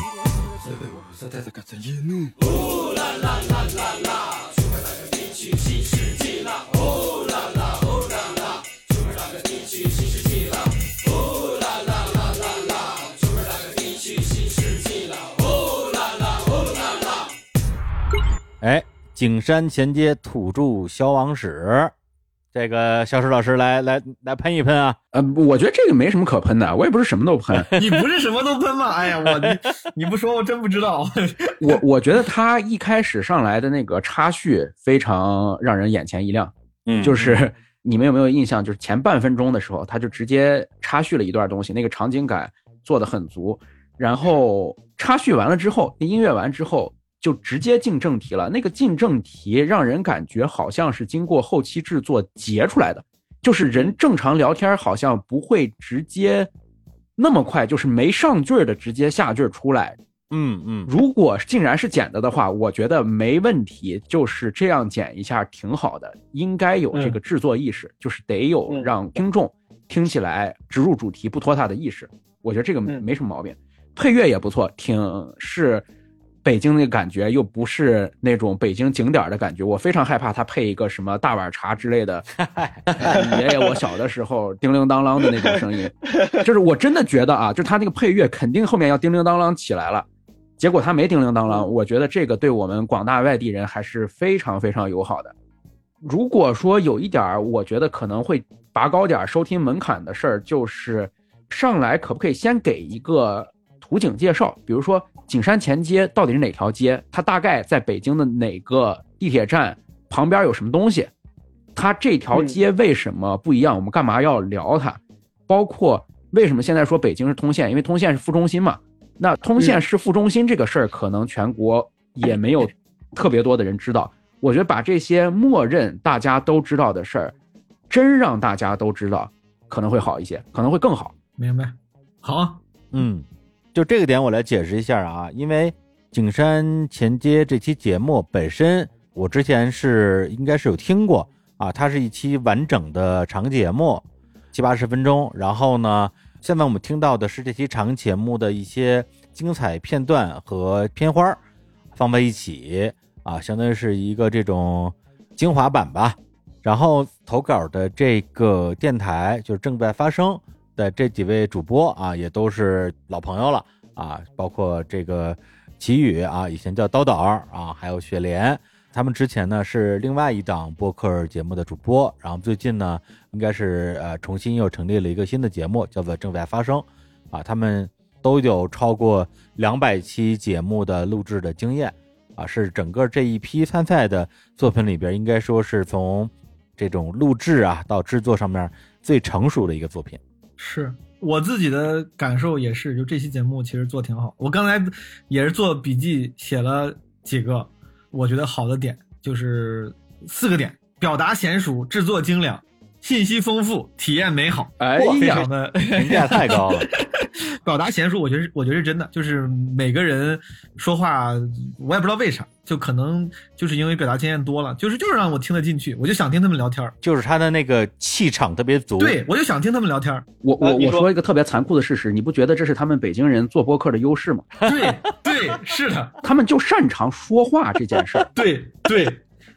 哦啦啦啦啦啦，出门那个地区新世纪了。哦啦啦哦啦啦，出门那个地区新世纪了。哦啦啦啦啦啦，出门那个地区新世纪了。哦啦啦哦啦啦。 哎，景山前街土著消亡史。这个小史老师来来来喷一喷啊！ 呃，我觉得这个没什么可喷的，我也不是什么都喷。 你不是什么都喷吗？哎呀，我你你不说我真不知道。 我我觉得他一开始上来的那个插叙非常让人眼前一亮。嗯，就是你们有没有印象？就是前半分钟的时候，他就直接插叙了一段东西，那个场景感做得很足。然后插叙完了之后，音乐完之后。就直接进正题了，那个进正题让人感觉好像是经过后期制作截出来的，就是人正常聊天好像不会直接那么快，就是没上句的直接下句出来。 嗯嗯， 如果竟然是剪的的话，我觉得没问题，就是这样剪一下挺好的，应该有这个制作意识，嗯、就是得有让听众听起来直入主题不拖沓的意识，我觉得这个没什么毛病。配乐也不错，挺是。北京那个感觉又不是那种北京景点的感觉，我非常害怕他配一个什么大碗茶之类的。爷爷，我小的时候叮铃当啷的那种声音，就是我真的觉得啊，就他那个配乐肯定后面要叮铃当啷起来了，结果他没叮铃当啷，我觉得这个对我们广大外地人还是非常非常友好的。如果说有一点我觉得可能会拔高点收听门槛的事儿，就是上来可不可以先给一个图景介绍，比如说景山前街到底是哪条街，它大概在北京的哪个地铁站旁边有什么东西，它这条街为什么不一样，我们干嘛要聊它，包括为什么现在说北京是通县，因为通县是副中心嘛，那通县是副中心这个事儿可能全国也没有特别多的人知道，我觉得把这些默认大家都知道的事儿真让大家都知道可能会好一些，可能会更好。 明白。好。 嗯，就这个点我来解释一下啊，因为景山前街这期节目本身我之前是应该是有听过啊，它是一期完整的长节目，七八十分钟，然后呢现在我们听到的是这期长节目的一些精彩片段和片花放在一起啊，相当于是一个这种精华版吧。然后投稿的这个电台就是正在发生的这几位主播啊，也都是老朋友了啊，包括这个齐宇啊，以前叫叨叨啊，还有雪莲，他们之前呢是另外一档播客节目的主播，然后最近呢应该是呃重新又成立了一个新的节目，叫做正在发生啊，他们都有超过两百期节目的录制的经验啊，是整个这一批参赛的作品里边，应该说是从这种录制啊到制作上面最成熟的一个作品。 是我自己的感受也是，就这期节目其实做挺好。我刚才也是做笔记写了几个我觉得好的点，就是四个点：表达娴熟，制作精良，信息丰富，体验美好。 哎呀， 非常的评价太高了。 表达娴熟，我觉得我觉得是真的，就是每个人说话，我也不知道为啥，就可能就是因为表达经验多了，就是就是让我听得进去，我就想听他们聊天， 就是他的那个气场特别足。 对，我就想听他们聊天。 我我我说一个特别残酷的事实，你不觉得这是他们北京人做播客的优势吗？ 对对，是的， 他们就擅长说话这件事儿。 对对。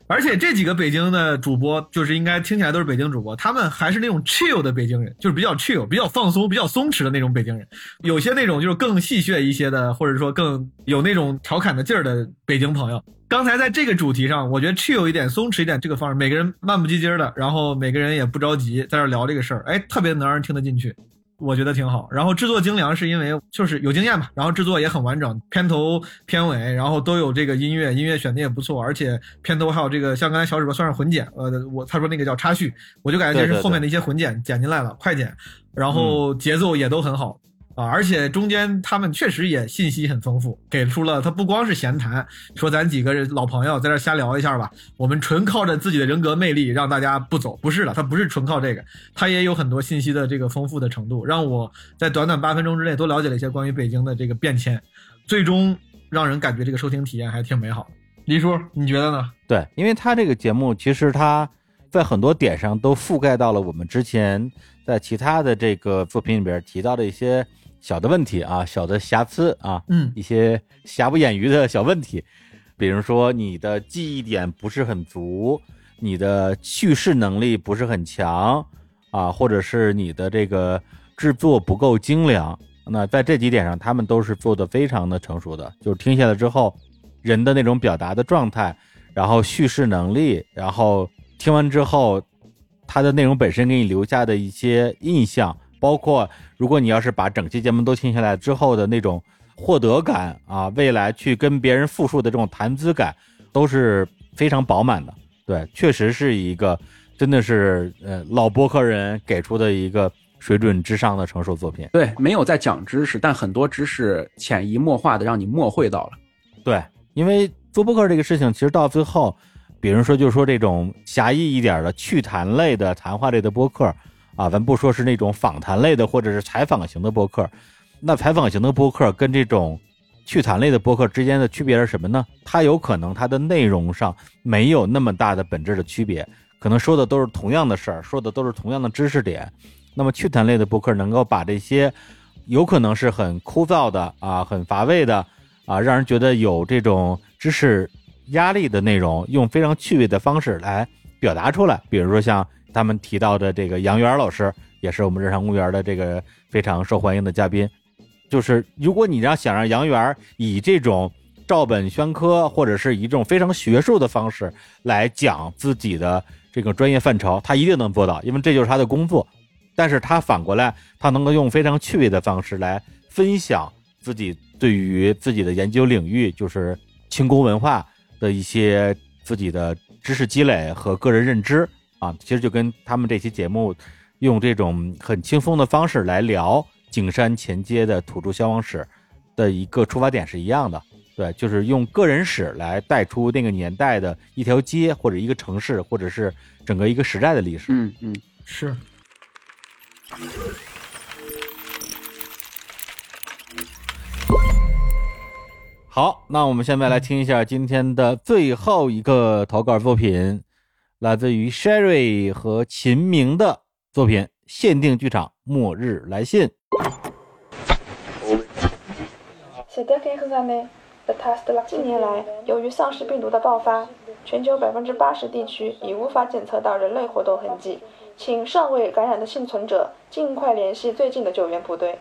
而且这几个北京的主播，就是应该听起来都是北京主播，他们还是那种 chill 的北京人，就是比较 chill 比较放松比较松弛的那种北京人。有些那种就是更戏谑一些的，或者说更有那种调侃的劲儿的北京朋友。刚才在这个主题上，我觉得 chill 一点松弛一点这个方式，每个人慢不唧唧的，然后每个人也不着急在这聊这个事儿，哎，特别能让人听得进去，我觉得挺好。然后制作精良是因为就是有经验嘛，然后制作也很完整，片头片尾然后都有这个音乐，音乐选的也不错，而且片头还有这个像刚才小指播算是混剪，呃，我他说那个叫插叙，我就感觉这是后面的一些混剪剪进来了，快剪，然后节奏也都很好。啊，而且中间他们确实也信息很丰富，给出了他不光是闲谈，说咱几个老朋友在这瞎聊一下吧，我们纯靠着自己的人格魅力让大家不走，不是的，他不是纯靠这个，他也有很多信息的这个丰富的程度，让我在短短八分钟之内都了解了一些关于北京的这个变迁，最终让人感觉这个收听体验还挺美好的。黎叔，你觉得呢？ 对，因为他这个节目其实他在很多点上都覆盖到了我们之前在其他的这个作品里边提到的一些小的问题啊，小的瑕疵啊， 嗯， 一些瑕不掩瑜的小问题，比如说你的记忆点不是很足，你的叙事能力不是很强啊，或者是你的这个制作不够精良。那在这几点上，他们都是做的非常的成熟的，就是听下来之后，人的那种表达的状态，然后叙事能力，然后听完之后，它的内容本身给你留下的一些印象。包括如果你要是把整期节目都听下来之后的那种获得感啊，未来去跟别人复述的这种谈资感都是非常饱满的。对，确实是一个真的是呃老播客人给出的一个水准之上的成熟作品。 对，没有在讲知识，但很多知识潜移默化的让你默会到了。 对，因为做播客这个事情其实到最后，比如说就是说这种狭义一点的趣谈类的谈话类的播客啊，咱不说是那种访谈类的或者是采访型的播客，那采访型的播客跟这种趣谈类的播客之间的区别是什么呢？它有可能它的内容上没有那么大的本质的区别，可能说的都是同样的事儿，说的都是同样的知识点。那么趣谈类的播客能够把这些有可能是很枯燥的啊，很乏味的啊，让人觉得有这种知识压力的内容，用非常趣味的方式来表达出来。比如说像他们提到的这个杨元老师，也是我们日常公园的这个非常受欢迎的嘉宾。就是如果你让想让杨元以这种照本宣科，或者是以这种非常学术的方式来讲自己的这个专业范畴，他一定能做到，因为这就是他的工作。但是他反过来，他能够用非常趣味的方式来分享自己对于自己的研究领域，就是清宫文化的一些自己的知识积累和个人认知啊，其实就跟他们这期节目用这种很轻松的方式来聊景山前街的土著消亡史的一个出发点是一样的。对，就是用个人史来带出那个年代的一条街或者一个城市，或者是整个一个时代的历史。 嗯嗯， 是。 好，那我们现在来听一下今天的最后一个投稿作品，来自于 Sherry 和秦明的作品《限定剧场末日来信》。 近年来，由于丧尸病毒的爆发，全球百分之八十地区已无法检测到人类活动痕迹，请尚未感染的幸存者尽快联系最近的救援部队。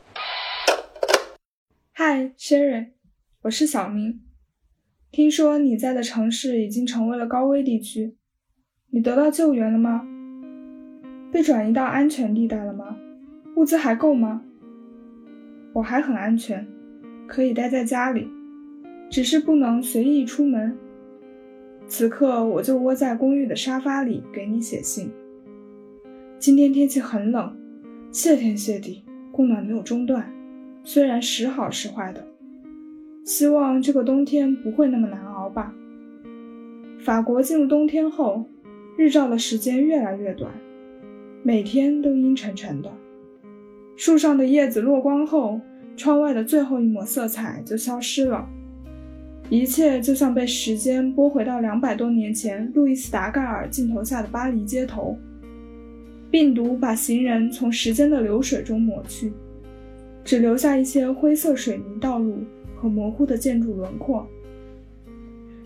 嗨 ，Sherry， 我是小明。听说你在的城市已经成为了高危地区，你得到救援了吗？被转移到安全地带了吗？物资还够吗？我还很安全，可以待在家里，只是不能随意出门。此刻我就窝在公寓的沙发里给你写信。今天天气很冷，谢天谢地，供暖没有中断，虽然时好时坏的，希望这个冬天不会那么难熬吧。法国进入冬天后，日照的时间越来越短，每天都阴沉沉的。树上的叶子落光后，窗外的最后一抹色彩就消失了，一切就像被时间拨回到两百多年前路易斯·达盖尔镜头下的巴黎街头。病毒把行人从时间的流水中抹去，只留下一些灰色水泥道路和模糊的建筑轮廓。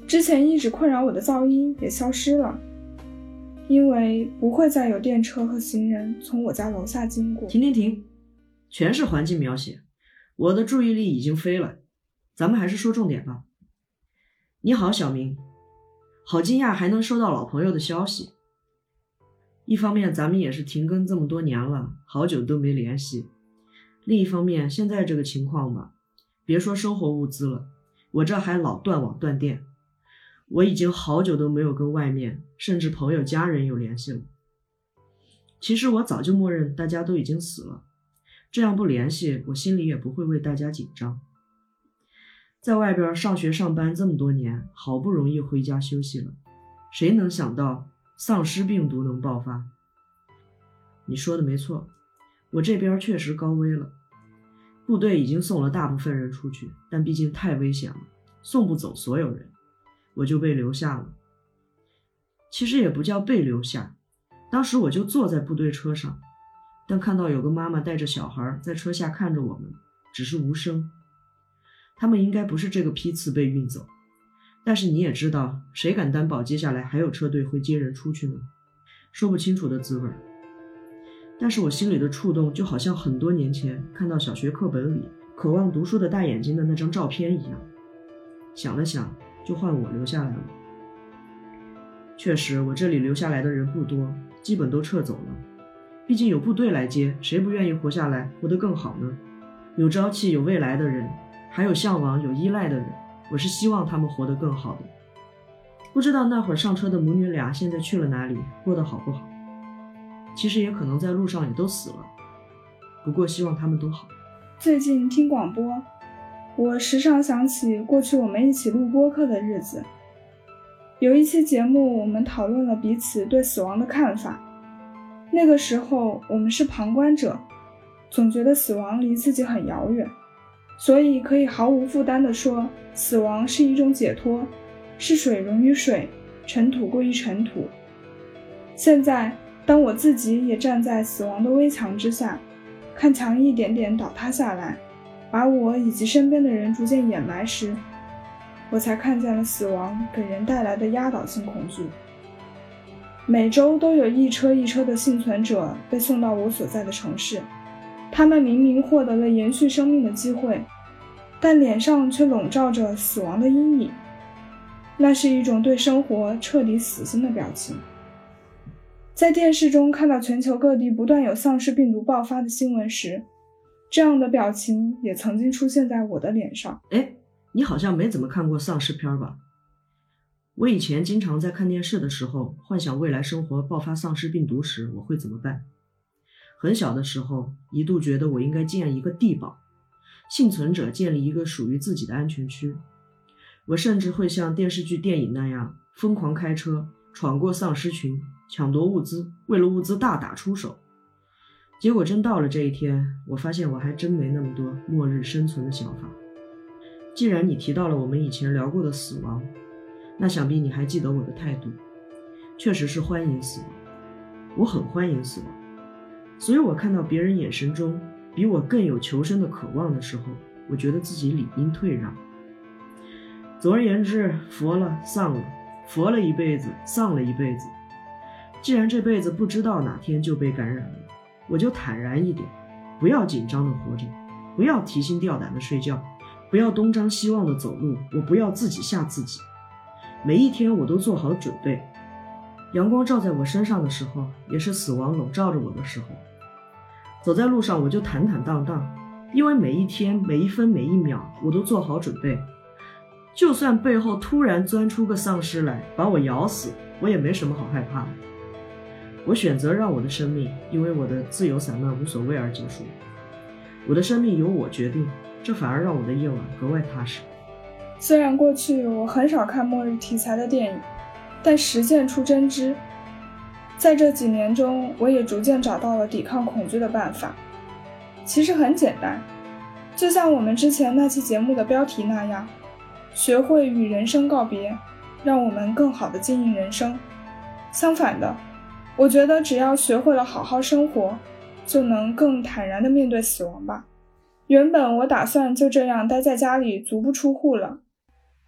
之前一直困扰我的噪音也消失了，因为不会再有电车和行人从我家楼下经过。 停停停，全是环境描写，我的注意力已经飞了，咱们还是说重点吧。你好，小明，好惊讶还能收到老朋友的消息。一方面咱们也是停更这么多年了，好久都没联系。另一方面，现在这个情况吧，别说生活物资了，我这还老断网断电。我已经好久都没有跟外面甚至朋友家人有联系了。其实我早就默认大家都已经死了，这样不联系，我心里也不会为大家紧张。在外边上学上班这么多年，好不容易回家休息了，谁能想到丧尸病毒能爆发？你说的没错，我这边确实高危了。部队已经送了大部分人出去，但毕竟太危险了，送不走所有人，我就被留下了。其实也不叫被留下，当时我就坐在部队车上，但看到有个妈妈带着小孩在车下看着我们，只是无声。他们应该不是这个批次被运走，但是你也知道，谁敢担保接下来还有车队会接人出去呢？说不清楚的滋味。但是我心里的触动就好像很多年前看到小学课本里渴望读书的大眼睛的那张照片一样。想了想，就换我留下来了。确实，我这里留下来的人不多，基本都撤走了。毕竟有部队来接，谁不愿意活下来，活得更好呢？有朝气有未来的人，还有向往有依赖的人，我是希望他们活得更好的。不知道那会儿上车的母女俩现在去了哪里，过得好不好？其实也可能在路上也都死了，不过希望他们都好。 最近听广播，我时常想起过去我们一起录播客的日子。有一期节目，我们讨论了彼此对死亡的看法。那个时候我们是旁观者，总觉得死亡离自己很遥远，所以可以毫无负担地说，死亡是一种解脱，是水溶于水，尘土归于尘土。现在当我自己也站在死亡的危墙之下，看墙一点点倒塌下来，把我以及身边的人逐渐掩埋时，我才看见了死亡给人带来的压倒性恐惧。每周都有一车一车的幸存者被送到我所在的城市，他们明明获得了延续生命的机会，但脸上却笼罩着死亡的阴影，那是一种对生活彻底死心的表情。在电视中看到全球各地不断有丧尸病毒爆发的新闻时，这样的表情也曾经出现在我的脸上。 哎，你好像没怎么看过丧尸片吧？我以前经常在看电视的时候，幻想未来生活爆发丧尸病毒时我会怎么办。很小的时候，一度觉得我应该建一个地堡，幸存者建立一个属于自己的安全区。我甚至会像电视剧电影那样疯狂开车，闯过丧尸群，抢夺物资，为了物资大打出手。结果真到了这一天，我发现我还真没那么多末日生存的想法。既然你提到了我们以前聊过的死亡，那想必你还记得我的态度，确实是欢迎死亡，我很欢迎死亡。所以我看到别人眼神中比我更有求生的渴望的时候，我觉得自己理应退让。总而言之，佛了丧了，佛了一辈子，丧了一辈子。既然这辈子不知道哪天就被感染了，我就坦然一点，不要紧张的活着，不要提心吊胆的睡觉，不要东张西望的走路，我不要自己吓自己。每一天我都做好准备，阳光照在我身上的时候，也是死亡笼罩着我的时候。走在路上我就坦坦荡荡，因为每一天每一分每一秒我都做好准备，就算背后突然钻出个丧尸来把我咬死，我也没什么好害怕的。我选择让我的生命因为我的自由散漫无所谓而结束，我的生命由我决定，这反而让我的夜晚格外踏实。 虽然过去我很少看末日题材的电影，但实践出真知。在这几年中，我也逐渐找到了抵抗恐惧的办法。其实很简单，就像我们之前那期节目的标题那样，学会与人生告别，让我们更好地经营人生。相反的，我觉得只要学会了好好生活，就能更坦然地面对死亡吧。原本我打算就这样待在家里足不出户了，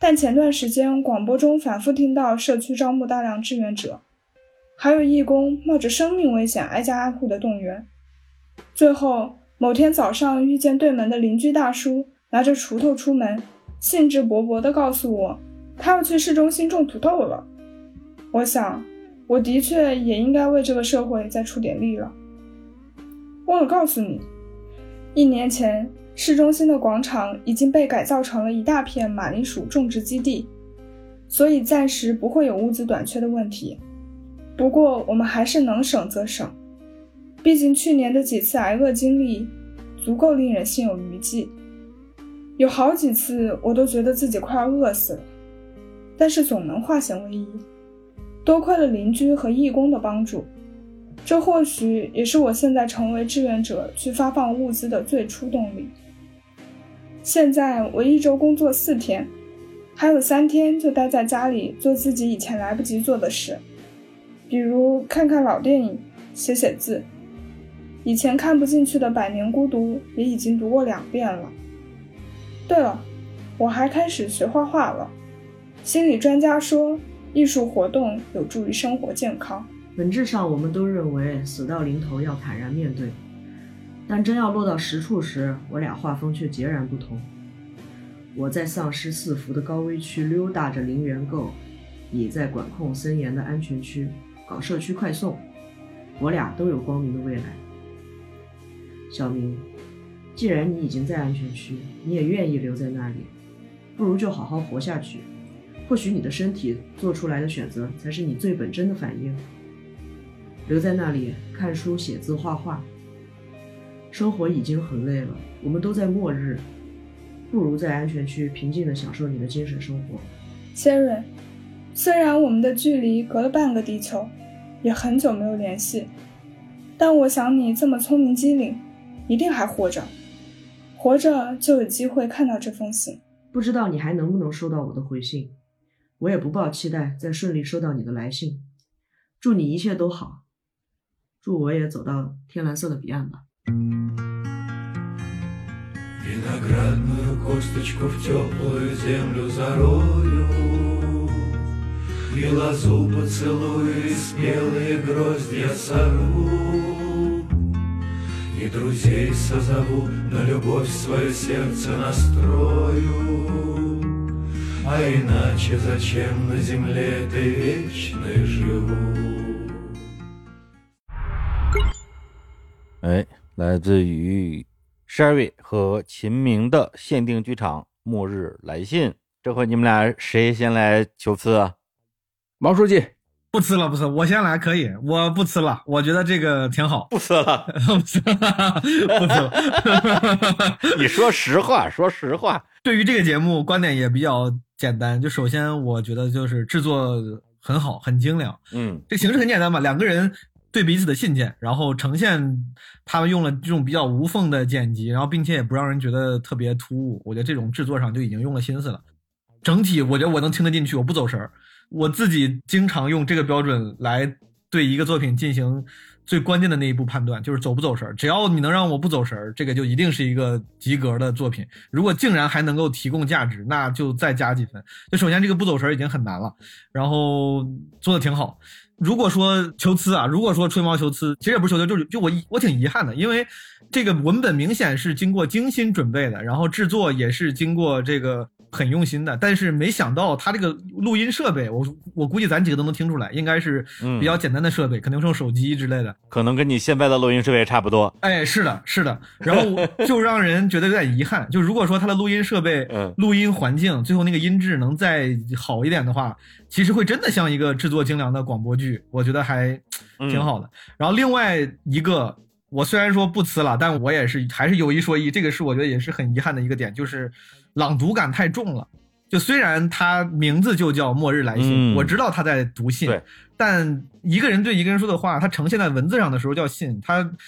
但前段时间广播中反复听到社区招募大量志愿者，还有义工冒着生命危险挨家挨户的动员。最后某天早上遇见对门的邻居大叔拿着锄头出门，兴致勃勃地告诉我他要去市中心种土豆了。我想我的确也应该为这个社会再出点力了。忘了告诉你，一年前市中心的广场已经被改造成了一大片马铃薯种植基地，所以暂时不会有物资短缺的问题。不过我们还是能省则省，毕竟去年的几次挨饿经历足够令人心有余悸。有好几次我都觉得自己快要饿死了，但是总能化险为夷。多亏了邻居和义工的帮助，这或许也是我现在成为志愿者去发放物资的最初动力。现在我一周工作四天，还有三天就待在家里做自己以前来不及做的事，比如看看老电影，写写字。以前看不进去的《百年孤独》也已经读过两遍了。对了，我还开始学画画了。心理专家说，艺术活动有助于生活健康。 本质上我们都认为死到临头要坦然面对，但真要落到实处时，我俩画风却截然不同。我在丧尸四伏的高危区溜达着零元购，你在管控森严的安全区搞社区快送，我俩都有光明的未来。小明，既然你已经在安全区，你也愿意留在那里，不如就好好活下去。或许你的身体做出来的选择才是你最本真的反应。留在那里看书写字画画，生活已经很累了，我们都在末日，不如在安全区平静地享受你的精神生活。 谢瑞，虽然我们的距离隔了半个地球，也很久没有联系，但我想你这么聪明机灵，一定还活着，活着就有机会看到这封信。 不知道你还能不能收到我的回信，我也不抱期待再顺利收到你的来信。祝你一切都好，祝我也走到天蓝色的彼岸吧。 Виноградную косточку в теплую землю зарою, И лозу поцелую, и спелые гроздья сорву, И друзей созову, на любовь свое сердце настрою, А иначе зачем на земле этой вечной живу? 哎，来自于 Sherry 和秦明的限定剧场《末日来信》。这回你们俩谁先来求赐啊？ 毛书记， 不吃了，不吃，我先来可以，我不吃了，我觉得这个挺好。 不吃了， 不吃了，不吃了。 你说实话，说实话。 对于这个节目，观点也比较简单。就首先，我觉得就是制作很好，很精良。 嗯， 这形式很简单嘛，两个人对彼此的信件，然后呈现他们用了这种比较无缝的剪辑，然后并且也不让人觉得特别突兀。我觉得这种制作上就已经用了心思了。整体我觉得我能听得进去，我不走神儿。我自己经常用这个标准来对一个作品进行最关键的那一步判断，就是走不走神儿。只要你能让我不走神儿，这个就一定是一个及格的作品。如果竟然还能够提供价值，那就再加几分。就首先这个不走神儿已经很难了，然后做的挺好。如果说求疵啊，如果说吹毛求疵，其实也不是求疵，就是就我我挺遗憾的，因为这个文本明显是经过精心准备的，然后制作也是经过这个很用心的，但是没想到他这个录音设备，我我估计咱几个都能听出来，应该是比较简单的设备，嗯、肯定是用手机之类的， 可能跟你现在的录音设备差不多。 哎，是的，是的，然后就让人觉得有点遗憾。就如果说他的录音设备、嗯、录音环境，最后那个音质能再好一点的话，其实会真的像一个制作精良的广播剧，我觉得还挺好的。嗯、然后另外一个，我虽然说不呲了，但我也是还是有一说一，这个是我觉得也是很遗憾的一个点，就是朗读感太重了。就虽然他名字就叫末日来信、嗯、我知道他在读信，但一个人对一个人说的话，他呈现在文字上的时候叫信，他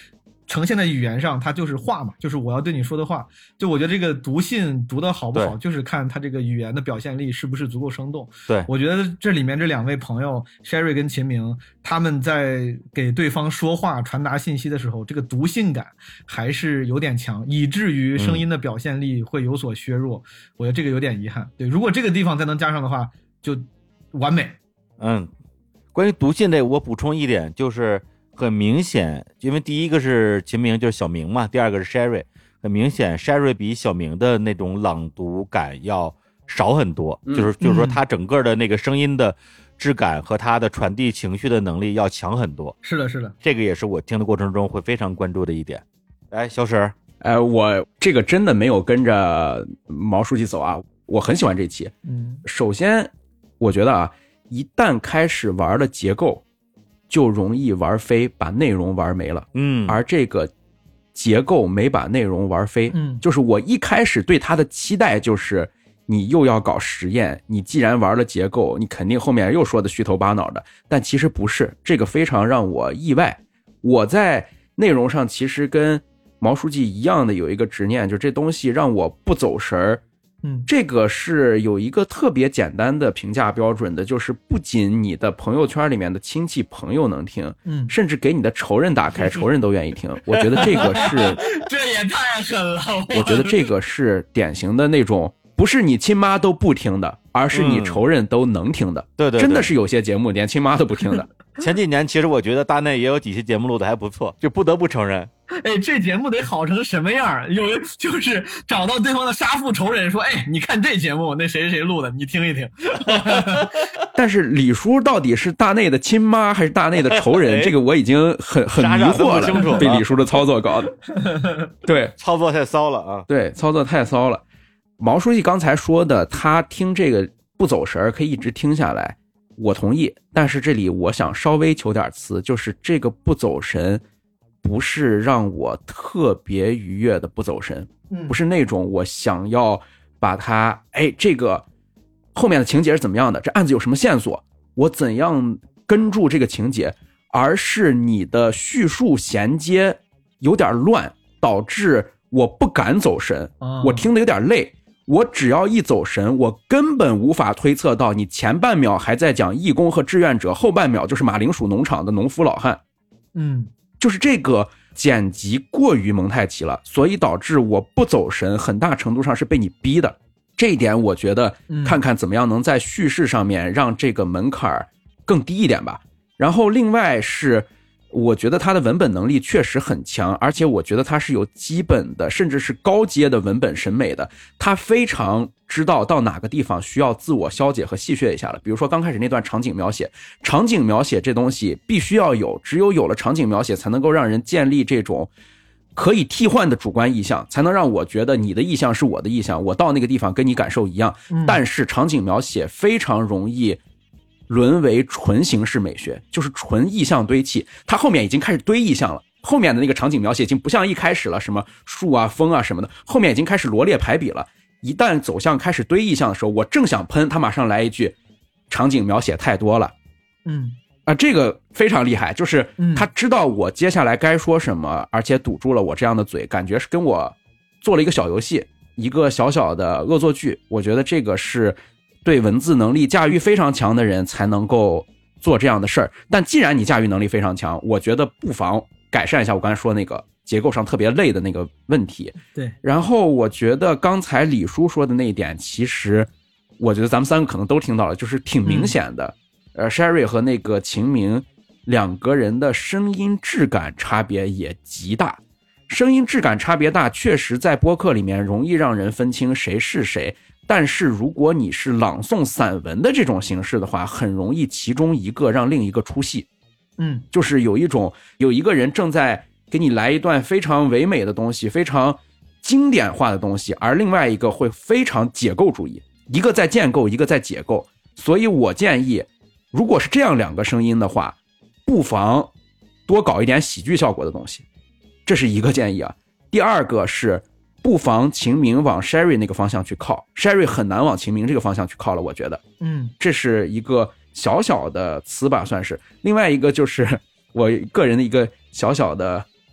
呈现在语言上，它就是话嘛，就是我要对你说的话。就我觉得这个读信读得好不好，就是看他这个语言的表现力是不是足够生动。 对， 我觉得这里面这两位朋友 Sherry 跟秦明，他们在给对方说话传达信息的时候，这个读信感还是有点强，以至于声音的表现力会有所削弱。嗯、我觉得这个有点遗憾。对，如果这个地方再能加上的话，就完美。 嗯，关于读信这，我补充一点，就是很明显，因为第一个是秦明，就是小明嘛，第二个是 Sherry， 很明显 Sherry 比小明的那种朗读感要少很多，嗯、就是就是说他整个的那个声音的质感和他的传递情绪的能力要强很多。 是的，是的， 这个也是我听的过程中会非常关注的一点。来，小沈， 呃，我这个真的没有跟着毛书记走啊，我很喜欢这期。 嗯， 首先我觉得啊，一旦开始玩了结构，就容易玩飞，把内容玩没了。 嗯， 而这个结构没把内容玩飞。 嗯， 就是我一开始对它的期待就是你又要搞实验，你既然玩了结构，你肯定后面又说的虚头巴脑的，但其实不是，这个非常让我意外。我在内容上其实跟毛书记一样的有一个执念，就这东西让我不走神儿。 嗯， 这个是有一个特别简单的评价标准的，就是不仅你的朋友圈里面的亲戚朋友能听， 嗯， 甚至给你的仇人打开，仇人都愿意听。我觉得这个是， 这也太狠了。 我觉得这个是典型的那种，不是你亲妈都不听的，而是你仇人都能听的。 嗯、对, 对对， 真的是有些节目连亲妈都不听的。 前几年其实我觉得大内也有几期节目录的还不错，就不得不承认。 哎，这节目得好成什么样？有就是找到对方的杀父仇人，说：“哎，你看这节目那谁谁录的，你听一听。” 但是李叔到底是大内的亲妈还是大内的仇人？这个我已经很很迷惑了， 傻傻被李叔的操作搞的。对， 操作太骚了啊！ 对，操作太骚了。毛书记刚才说的，他听这个不走神可以一直听下来，我同意。但是这里我想稍微求点词，就是这个不走神不是让我特别愉悦的不走神，不是那种我想要把它，哎，这个后面的情节是怎么样的，这案子有什么线索，我怎样跟住这个情节，而是你的叙述衔接有点乱，导致我不敢走神，我听得有点累。我只要一走神，我根本无法推测到你前半秒还在讲义工和志愿者，后半秒就是马铃薯农场的农夫老汉。 嗯， 就是这个剪辑过于蒙太奇了，所以导致我不走神，很大程度上是被你逼的。这一点我觉得看看怎么样能在叙事上面让这个门槛更低一点吧。然后另外是我觉得他的文本能力确实很强，而且我觉得他是有基本的甚至是高阶的文本审美的，他非常知道到哪个地方需要自我消解和戏谑一下了。比如说刚开始那段场景描写，场景描写这东西必须要有，只有有了场景描写才能够让人建立这种可以替换的主观意象，才能让我觉得你的意象是我的意象，我到那个地方跟你感受一样。但是场景描写非常容易沦为纯形式美学，就是纯意象堆砌，它后面已经开始堆意象了，后面的那个场景描写已经不像一开始了，什么树啊风啊什么的，后面已经开始罗列排比了。一旦走向开始堆意象的时候，我正想喷，他马上来一句场景描写太多了。 嗯啊，这个非常厉害，就是他知道我接下来该说什么，而且堵住了我这样的嘴，感觉是跟我做了一个小游戏，一个小小的恶作剧。我觉得这个是对文字能力驾驭非常强的人才能够做这样的事儿。但既然你驾驭能力非常强，我觉得不妨改善一下我刚才说那个结构上特别累的那个问题。 对， 然后我觉得刚才李叔说的那一点，其实我觉得咱们三个可能都听到了，就是挺明显的。呃 ，Sherry 和那个秦明两个人的声音质感差别也极大。声音质感差别大，确实在播客里面容易让人分清谁是谁。但是如果你是朗诵散文的这种形式的话，很容易其中一个让另一个出戏。 嗯， 就是有一种有一个人正在给你来一段非常唯美的东西，非常经典化的东西，而另外一个会非常解构主义，一个在建构，一个在解构。所以我建议，如果是这样两个声音的话，不妨多搞一点喜剧效果的东西，这是一个建议啊。第二个是不妨秦明往 Sherry 那个方向去靠， Sherry 很难往秦明这个方向去靠了，我觉得。 嗯， 这是一个小小的词吧，算是。另外一个就是我个人的一个小小的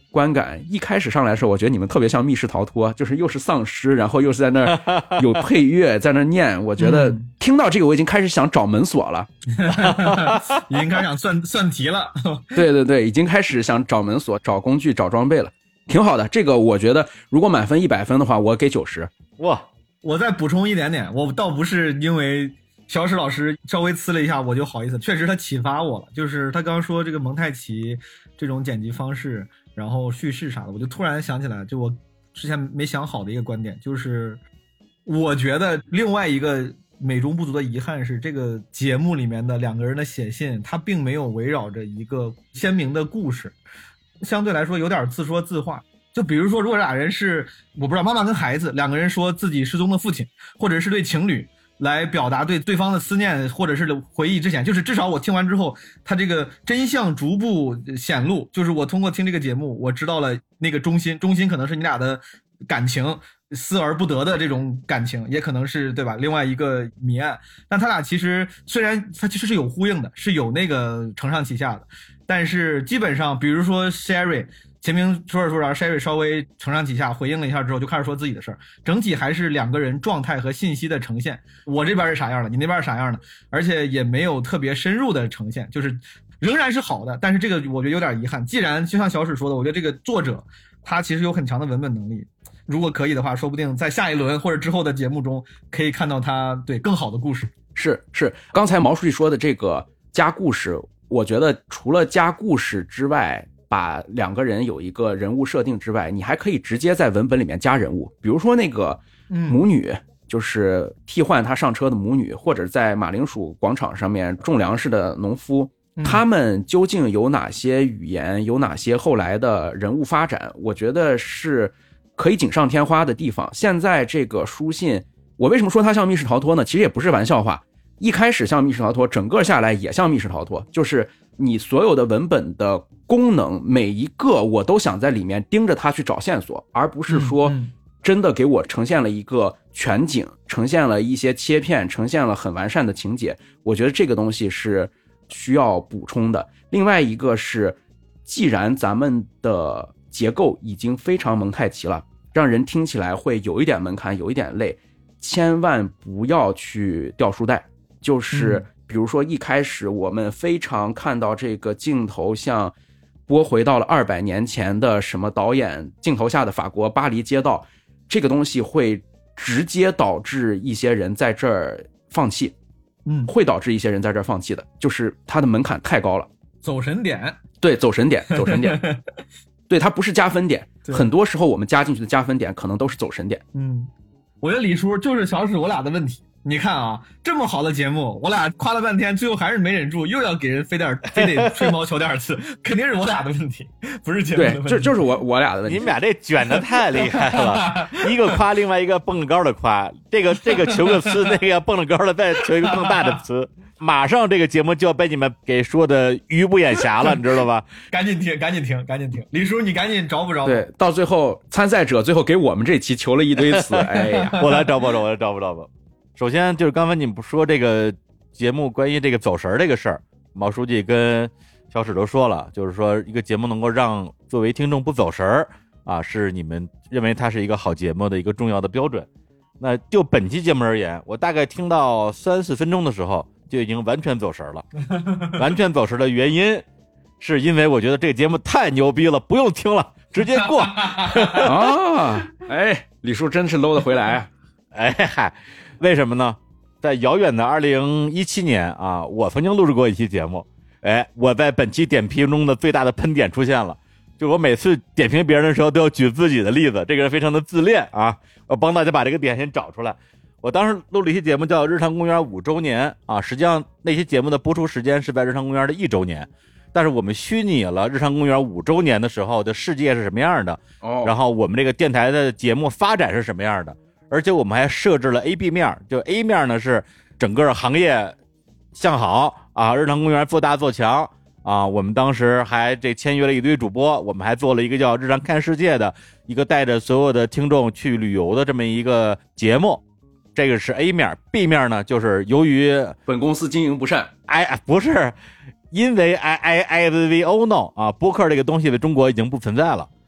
观感，一开始上来的时候，我觉得你们特别像密室逃脱，就是又是丧尸，然后又是在那儿有配乐在那儿念。我觉得听到这个，我已经开始想找门锁了， 已经开始想算算题了。 对对对，已经开始想找门锁、找工具、找装备了，挺好的。这个我觉得，如果满分一百分的话，我给九十。 哇！ 我再补充一点点，我倒不是因为小史老师稍微呲了一下我就好意思，确实他启发我了。就是他刚说这个蒙太奇这种剪辑方式，然后叙事啥的，我就突然想起来，就我之前没想好的一个观点，就是我觉得另外一个美中不足的遗憾是，这个节目里面的两个人的写信，它并没有围绕着一个鲜明的故事，相对来说有点自说自话。就比如说，如果俩人是我不知道妈妈跟孩子两个人说自己失踪的父亲，或者是对情侣来表达对对方的思念，或者是回忆之前，就是至少我听完之后，他这个真相逐步显露，就是我通过听这个节目，我知道了那个中心，中心可能是你俩的感情，思而不得的这种感情，也可能是对吧？另外一个谜案，但他俩其实虽然他其实是有呼应的，是有那个承上启下的，但是基本上，比如说 Sherry。秦明说着说着 Sherry 稍微承上启下回应了一下之后就开始说自己的事儿，整体还是两个人状态和信息的呈现，我这边是啥样的，你那边是啥样的，而且也没有特别深入的呈现，就是仍然是好的，但是这个我觉得有点遗憾。既然就像小史说的，我觉得这个作者他其实有很强的文本能力，如果可以的话，说不定在下一轮或者之后的节目中可以看到他对更好的故事。 是是，刚才毛书记说的这个加故事，我觉得除了加故事之外，把两个人有一个人物设定之外，你还可以直接在文本里面加人物，比如说那个母女，嗯、就是替换他上车的母女，或者在马铃薯广场上面种粮食的农夫，嗯、他们究竟有哪些语言，有哪些后来的人物发展，我觉得是可以锦上添花的地方。现在这个书信，我为什么说它像密室逃脱呢？其实也不是玩笑话，一开始像密室逃脱，整个下来也像密室逃脱，就是你所有的文本的功能每一个我都想在里面盯着它去找线索，而不是说真的给我呈现了一个全景，呈现了一些切片，呈现了很完善的情节。我觉得这个东西是需要补充的。另外一个是，既然咱们的结构已经非常蒙太奇了，让人听起来会有一点门槛，有一点累，千万不要去掉书袋。就是比如说一开始我们非常看到这个镜头像拨回到了二百年前的什么导演镜头下的法国巴黎街道，这个东西会直接导致一些人在这儿放弃， 嗯， 会导致一些人在这儿放弃的，就是它的门槛太高了。 走神点， 对，走神点，走神点，对，它不是加分点，很多时候我们加进去的加分点可能都是走神点。 嗯，我觉得李叔就是小史我俩的问题。你看啊，这么好的节目，我俩夸了半天，最后还是没忍住，又要给人非点非得吹毛求第二次，肯定是我俩的问题，不是节目的问题。 对，就就是我我俩的问题。 你们俩这卷的太厉害了，一个夸，另外一个蹦着高的夸，这个这个求个词，那个蹦着高的再求一个更大的词，马上这个节目就要被你们给说的鱼不眼瞎了，你知道吧？ 赶紧听，赶紧听，赶紧听，李叔你赶紧找不着？ 对，到最后参赛者最后给我们这期求了一堆词，哎呀， 我来找不着，我来找不着吧。首先就是刚才你们不说这个节目关于这个走神这个事儿，毛书记跟小史都说了，就是说一个节目能够让作为听众不走神啊，是你们认为它是一个好节目的一个重要的标准。那就本期节目而言，我大概听到三四分钟的时候就已经完全走神了。完全走神的原因是因为我觉得这个节目太牛逼了，不用听了，直接过。 啊，哎，李叔真是搂得回来啊！ 哎嗨。为什么呢？在遥远的二零一七年啊，我曾经录制过一期节目，哎，我在本期点评中的最大的喷点出现了，就我每次点评别人的时候都要举自己的例子，这个人非常的自恋啊，我帮大家把这个点先找出来。我当时录了一期节目叫《日常公园五周年》啊，实际上那期节目的播出时间是在日常公园的一周年，但是我们虚拟了日常公园五周年的时候的世界是什么样的， 哦， 然后我们这个电台的节目发展是什么样的。而且我们还设置了 A B 面，就 A 面呢是整个行业向好啊，日常公园做大做强啊。我们当时还这签约了一堆主播，我们还做了一个叫日常看世界的一个带着所有的听众去旅游的这么一个节目，这个是 A 面。 B 面呢就是由于本公司经营不善， 哎，不是因为 I I I V O no 啊，播客这个东西在中国已经不存在了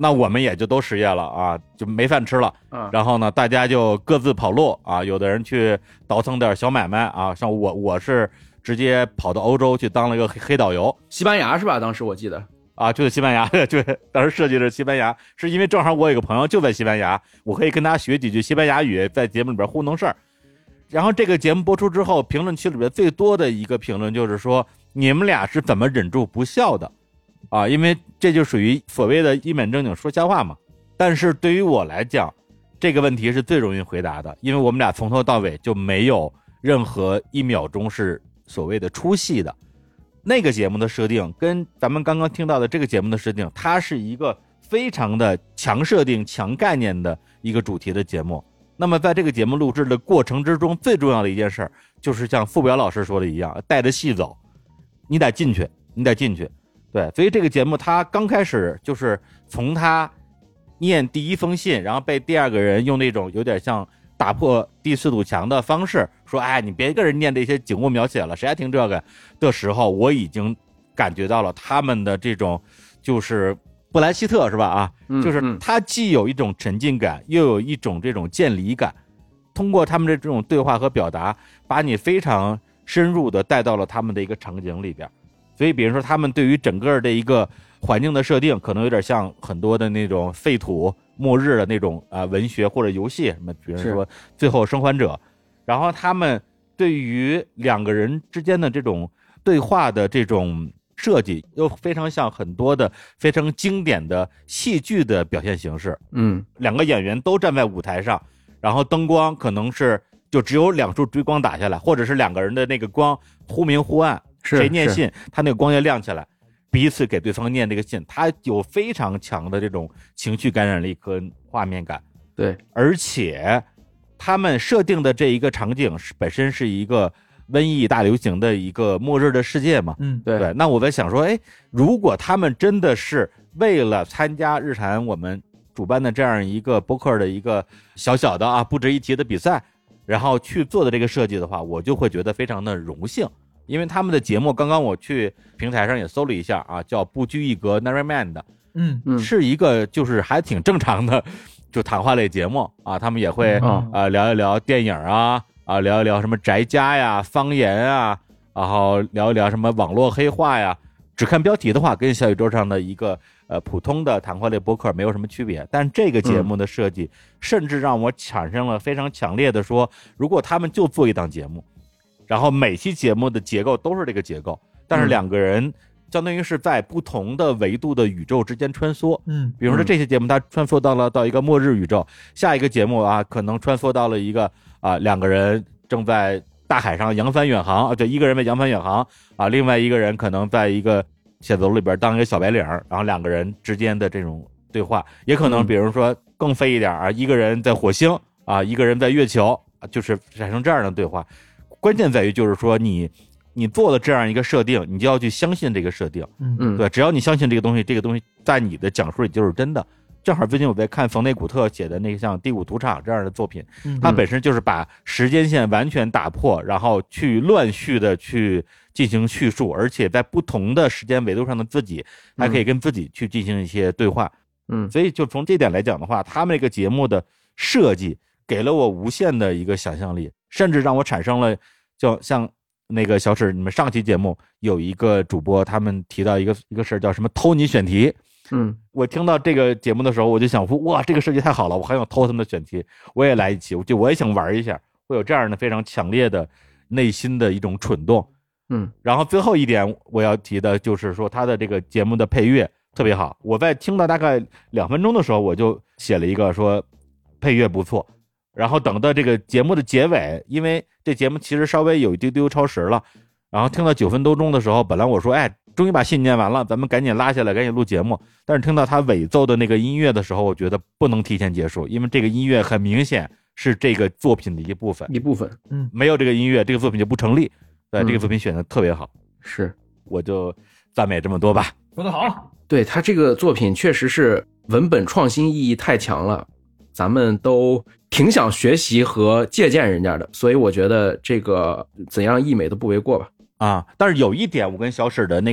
那我们也就都失业了啊，就没饭吃了。 啊， 然后呢，大家就各自跑路啊，有的人去倒腾点小买卖啊，像我我是直接跑到欧洲去当了一个黑黑导游， 西班牙是吧？当时我记得啊，就是西班牙，对，当时设计的是西班牙，是因为正好我有个朋友就在西班牙，我可以跟他学几句西班牙语，在节目里边糊弄事儿。然后这个节目播出之后，评论区里边最多的一个评论就是说，你们俩是怎么忍住不笑的？啊，因为这就属于所谓的一本正经说瞎话嘛。但是对于我来讲，这个问题是最容易回答的，因为我们俩从头到尾就没有任何一秒钟是所谓的出戏的。那个节目的设定跟咱们刚刚听到的这个节目的设定，它是一个非常的强设定、强概念的一个主题的节目。那么在这个节目录制的过程之中，最重要的一件事就是像付表老师说的一样，带着戏走，你得进去，你得进去。对，所以这个节目它刚开始就是从他念第一封信，然后被第二个人用那种有点像打破第四堵墙的方式说，哎，你别跟人念这些景物描写了，谁还听这个的时候，我已经感觉到了他们的这种就是布莱希特是吧啊，就是他既有一种沉浸感，又有一种这种渐离感，通过他们的这种对话和表达，把你非常深入的带到了他们的一个场景里边。所以比如说他们对于整个的一个环境的设定可能有点像很多的那种废土末日的那种啊、呃、文学或者游戏，什么比如说最后生还者，然后他们对于两个人之间的这种对话的这种设计又非常像很多的非常经典的戏剧的表现形式。 嗯， 两个演员都站在舞台上，然后灯光可能是就只有两束追光打下来，或者是两个人的那个光忽明忽暗，谁念信他那个光也亮起来，彼此给对方念这个信，他有非常强的这种情绪感染力和画面感。 对， 而且他们设定的这一个场景是本身是一个瘟疫大流行的一个末日的世界嘛。 嗯， 对对。那我在想说，哎，如果他们真的是为了参加日坛我们主办的这样一个播客的一个小小的啊不值一提的比赛，然后去做的这个设计的话，我就会觉得非常的荣幸。因为他们的节目刚刚我去平台上也搜了一下啊，叫不拘一格 Narrowman 的， 嗯嗯，是一个就是还挺正常的就谈话类节目啊，他们也会啊、呃、聊一聊电影啊啊聊一聊什么宅家呀方言啊，然后聊一聊什么网络黑话呀，只看标题的话跟小宇宙上的一个呃普通的谈话类播客没有什么区别，但这个节目的设计、嗯、甚至让我产生了非常强烈的说，如果他们就做一档节目，然后每期节目的结构都是这个结构，但是两个人相当于是在不同的维度的宇宙之间穿梭。 嗯， 比如说这些节目它穿梭到了到一个末日宇宙，下一个节目啊可能穿梭到了一个啊两个人正在大海上扬帆远航啊，对，一个人在扬帆远航啊，另外一个人可能在一个写字楼里边当一个小白领，然后两个人之间的这种对话，也可能比如说更飞一点啊，一个人在火星啊，一个人在月球，就是产生这样的对话。关键在于就是说你你做了这样一个设定，你就要去相信这个设定。 嗯嗯，对，只要你相信这个东西，这个东西在你的讲述里就是真的。正好最近我在看冯内古特写的那个像《第五屠场》这样的作品， 嗯， 它本身就是把时间线完全打破，然后去乱序的去进行叙述，而且在不同的时间维度上的自己还可以跟自己去进行一些对话。 嗯， 所以就从这点来讲的话，他们这个节目的设计给了我无限的一个想象力，甚至让我产生了就像那个小史你们上期节目有一个主播他们提到一个一个事儿叫什么偷你选题。 嗯， 我听到这个节目的时候我就想说，哇，这个设计太好了，我还想偷他们的选题，我也来一期，就我也想玩一下，会有这样的非常强烈的内心的一种蠢动。 嗯， 然后最后一点我要提的就是说他的这个节目的配乐特别好，我在听到大概两分钟的时候我就写了一个说配乐不错，然后等到这个节目的结尾，因为这节目其实稍微有一丢丢超时了，然后听到九分多钟的时候，本来我说哎终于把信念完了，咱们赶紧拉下来赶紧录节目，但是听到他尾奏的那个音乐的时候，我觉得不能提前结束，因为这个音乐很明显是这个作品的一部分一部分嗯， 没有这个音乐这个作品就不成立。对、嗯、这个作品选的特别好， 是， 我就赞美这么多吧。 说得好， 对，他这个作品确实是文本创新意义太强了，咱们都挺想学习和借鉴人家的，所以我觉得这个怎样溢美都不为过吧。 啊，但是有一点我跟小史的那个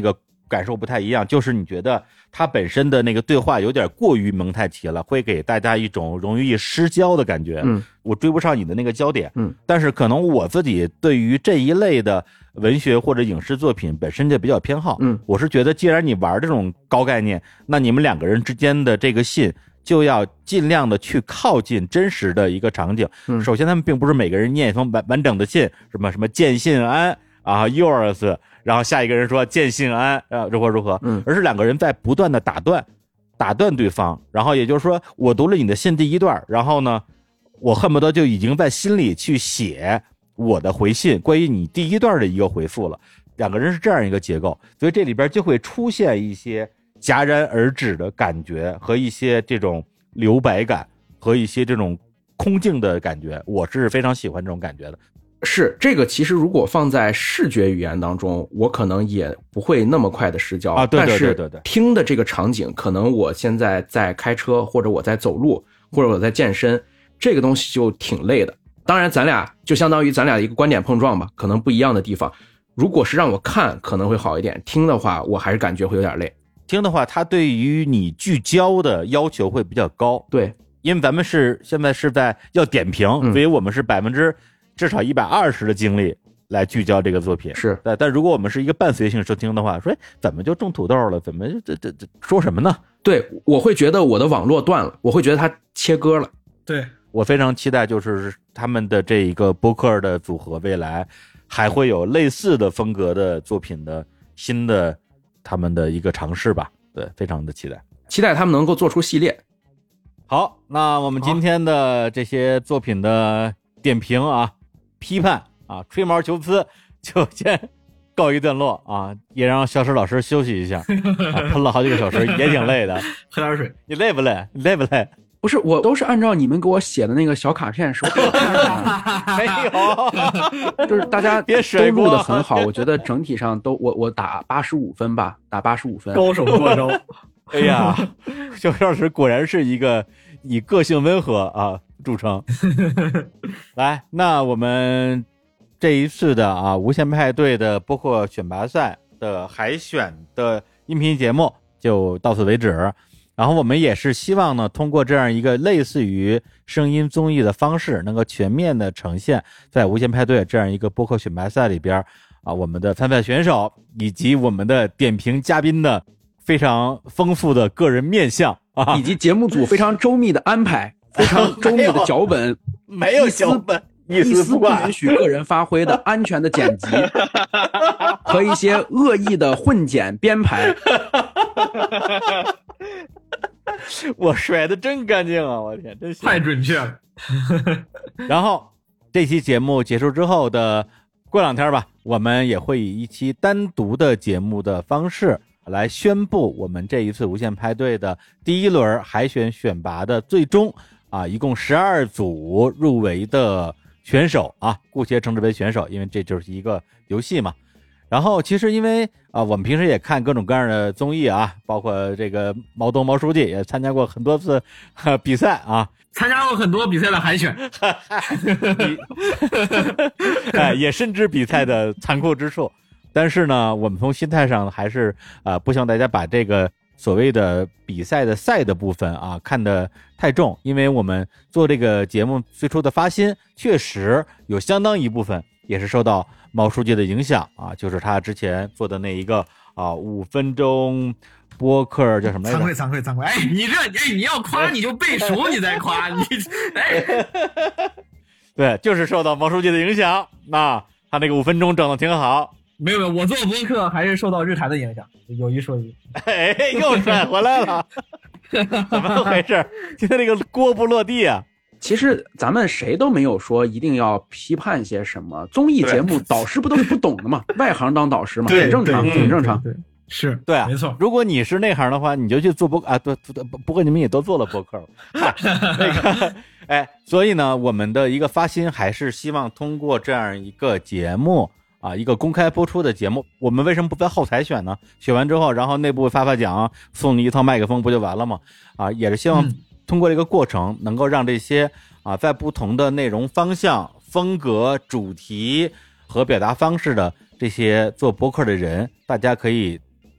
感受不太一样，就是你觉得它本身的那个对话有点过于蒙太奇了，会给大家一种容易失焦的感觉。 嗯， 我追不上你的那个焦点。 嗯， 但是可能我自己对于这一类的文学或者影视作品本身就比较偏好。 嗯， 我是觉得既然你玩这种高概念，那你们两个人之间的这个信就要尽量的去靠近真实的一个场景。 嗯， 首先他们并不是每个人念一封完完整的信，什么什么见信安啊 yours， 然后下一个人说见信安啊如何如何， 嗯， 而是两个人在不断的打断打断对方，然后也就是说我读了你的信第一段，然后呢我恨不得就已经在心里去写我的回信关于你第一段的一个回复了，两个人是这样一个结构，所以这里边就会出现一些戛然而止的感觉和一些这种留白感和一些这种空镜的感觉，我是非常喜欢这种感觉的。 是这个，其实如果放在视觉语言当中，我可能也不会那么快的失焦啊。对对对对对。 听的这个场景，可能我现在在开车，或者我在走路，或者我在健身，这个东西就挺累的。当然，咱俩就相当于咱俩一个观点碰撞吧，可能不一样的地方。如果是让我看，可能会好一点；听的话，我还是感觉会有点累。 听的话，它对于你聚焦的要求会比较高。 对， 因为咱们是现在是在要点评， 嗯、 所以我们是百分之。至少一百二十的精力来聚焦这个作品是， 但但如果我们是一个伴随性收听的话，说怎么就种土豆了？怎么这这这说什么呢？ 对，我会觉得我的网络断了，我会觉得它切割了。 对， 我非常期待，就是他们的这一个播客的组合，未来还会有类似的风格的作品的新的他们的一个尝试吧。对，非常的期待， 期待他们能够做出系列。 好，那我们今天的这些作品的点评啊。批判啊，吹毛求疵就先告一段落啊，也让小史老师休息一下，啊、喷了好几个小时，也挺累的。 喝点水， 你累不累？你累不累？ 不是，我都是按照你们给我写的那个小卡片说的。 没有， 就是大家别都录的很好，我觉得整体上都我我打八十五分吧，打八十五分。 高手过招。 哎呀，小史老师果然是一个以个性温和啊著称。来，那我们这一次的啊无限派对的播客选拔赛的海选的音频节目就到此为止。然后我们也是希望呢，通过这样一个类似于声音综艺的方式，能够全面的呈现在无限派对这样一个播客选拔赛里边啊，我们的参赛选手以及我们的点评嘉宾的非常丰富的个人面相啊， 以及节目组非常周密的安排。非常周密的脚本， 没有脚本， 一丝不允许个人发挥的安全的剪辑，和一些恶意的混剪编排。 我甩的真干净啊！我天，真太准确了。 然后这期节目结束之后的过两天吧，我们也会以一期单独的节目的方式来宣布我们这一次无限派对的第一轮海选选拔的最终啊，一共十二组入围的选手啊，姑且称之为选手，因为这就是一个游戏嘛。然后其实因为啊，我们平时也看各种各样的综艺啊，包括这个毛东毛书记也参加过很多次、啊、比赛啊， 参加过很多比赛的海选， 哎，也深知比赛的残酷之处。但是呢，我们从心态上还是啊、呃，不希望大家把这个所谓的比赛的赛的部分啊看得太重，因为我们做这个节目最初的发心，确实有相当一部分也是受到毛书记的影响啊，就是他之前做的那一个啊五分钟播客叫什么来着？ 惭愧惭愧惭愧！哎，你这哎你要夸你就背熟，你再夸你哎， 对，就是受到毛书记的影响，那他那个五分钟整的挺好。 没有没有，我做播客还是受到日坛的影响。有一说一， 哎，又甩回来了，怎么回事？今天那个锅不落地啊！ 其实咱们谁都没有说一定要批判些什么，综艺节目导师不都是不懂的嘛，外行当导师嘛，很正常，很正常。 对，是对啊， 没错。 如果你是内行的话，你就去做播啊，对，不过你们也都做了播客了，那个，哎，所以呢，我们的一个发心还是希望通过这样一个节目。啊，一个公开播出的节目，我们为什么不在后台选呢？选完之后，然后内部发发奖，送你一套麦克风，不就完了吗？啊，也是希望通过这个过程，能够让这些啊，在不同的内容方向、风格、主题和表达方式的这些做播客的人，大家可以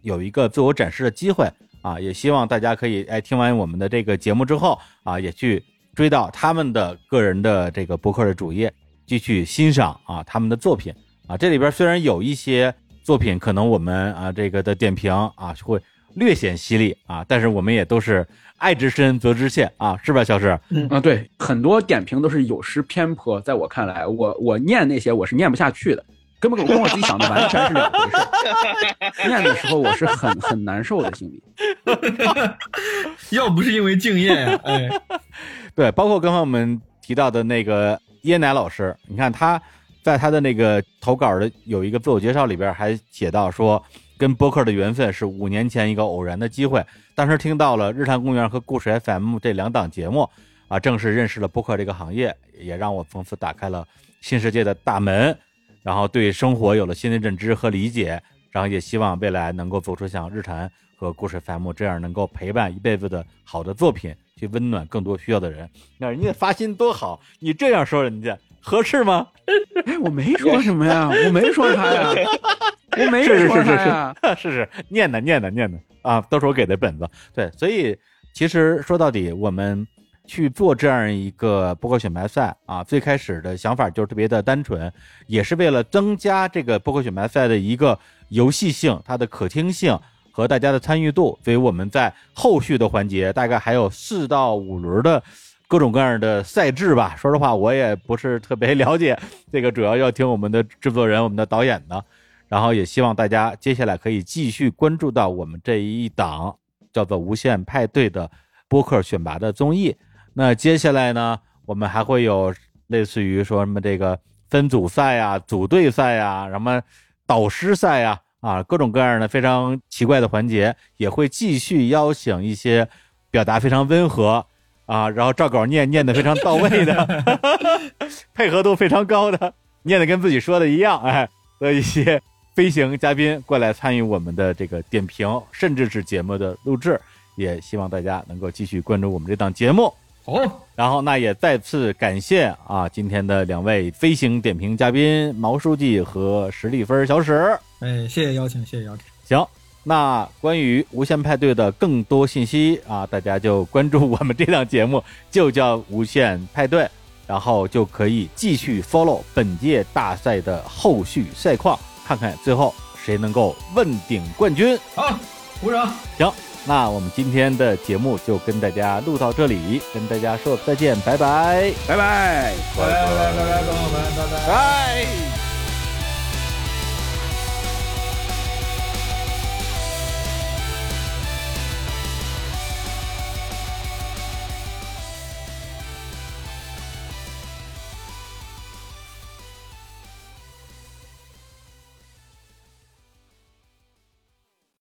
有一个自我展示的机会啊，也希望大家可以哎听完我们的这个节目之后啊，也去追到他们的个人的这个博客的主页，继续欣赏啊他们的作品啊。这里边虽然有一些作品可能我们啊这个的点评啊会略显犀利啊，但是我们也都是爱之深责之切啊，是吧，小石？ 嗯啊，对，很多点评都是有失偏颇，在我看来，我我念那些我是念不下去的，根本跟我自己想的完全是两回事。念的时候我是很很难受的心里。 要不是因为敬业呀、啊，哎， 对，包括刚才我们提到的那个椰奶老师，你看他在他的那个投稿的有一个自我介绍里边还写到说，跟播客的缘分是五年前一个偶然的机会，当时听到了日坛公园和故事 F M 这两档节目啊，正式认识了播客这个行业，也让我从此打开了新世界的大门，然后对生活有了新的认知和理解，然后也希望未来能够做出像日坛和故事 F M 这样能够陪伴一辈子的好的作品，去温暖更多需要的人。那人家发心多好，你这样说人家合适吗？ 哎，我没说什么呀，我没说他呀，我没说他呀， 是是是是是念的念的念的啊，都是我给的本子。对，所以其实说到底，我们去做这样一个播客选拔赛啊，最开始的想法就是特别的单纯，也是为了增加这个播客选拔赛的一个游戏性，它的可听性和大家的参与度。所以我们在后续的环节，大概还有四到五轮的各种各样的赛制吧。说实话，我也不是特别了解，这个主要要听我们的制作人、我们的导演的。然后也希望大家接下来可以继续关注到我们这一档叫做无限派对的播客选拔的综艺。那接下来呢，我们还会有类似于说什么这个分组赛啊、组队赛啊、什么导师赛啊啊，各种各样的非常奇怪的环节，也会继续邀请一些表达非常温和啊，然后照稿念念得非常到位的配合度非常高的，念得跟自己说的一样哎的一些飞行嘉宾过来参与我们的这个点评，甚至是节目的录制。也希望大家能够继续关注我们这档节目。 好、哦， 然后那也再次感谢啊今天的两位飞行点评嘉宾毛书记和史蒂芬小史。 哎，谢谢邀请，谢谢邀请。 行，那关于无限派对的更多信息啊，大家就关注我们这档节目，就叫无限派对，然后就可以继续 follow 本届大赛的后续赛况，看看最后谁能够问鼎冠军。 好，鼓掌。 行。那我们今天的节目就跟大家录到这里，跟大家说再见，拜拜， 拜拜， 拜拜拜拜，朋友们，拜拜。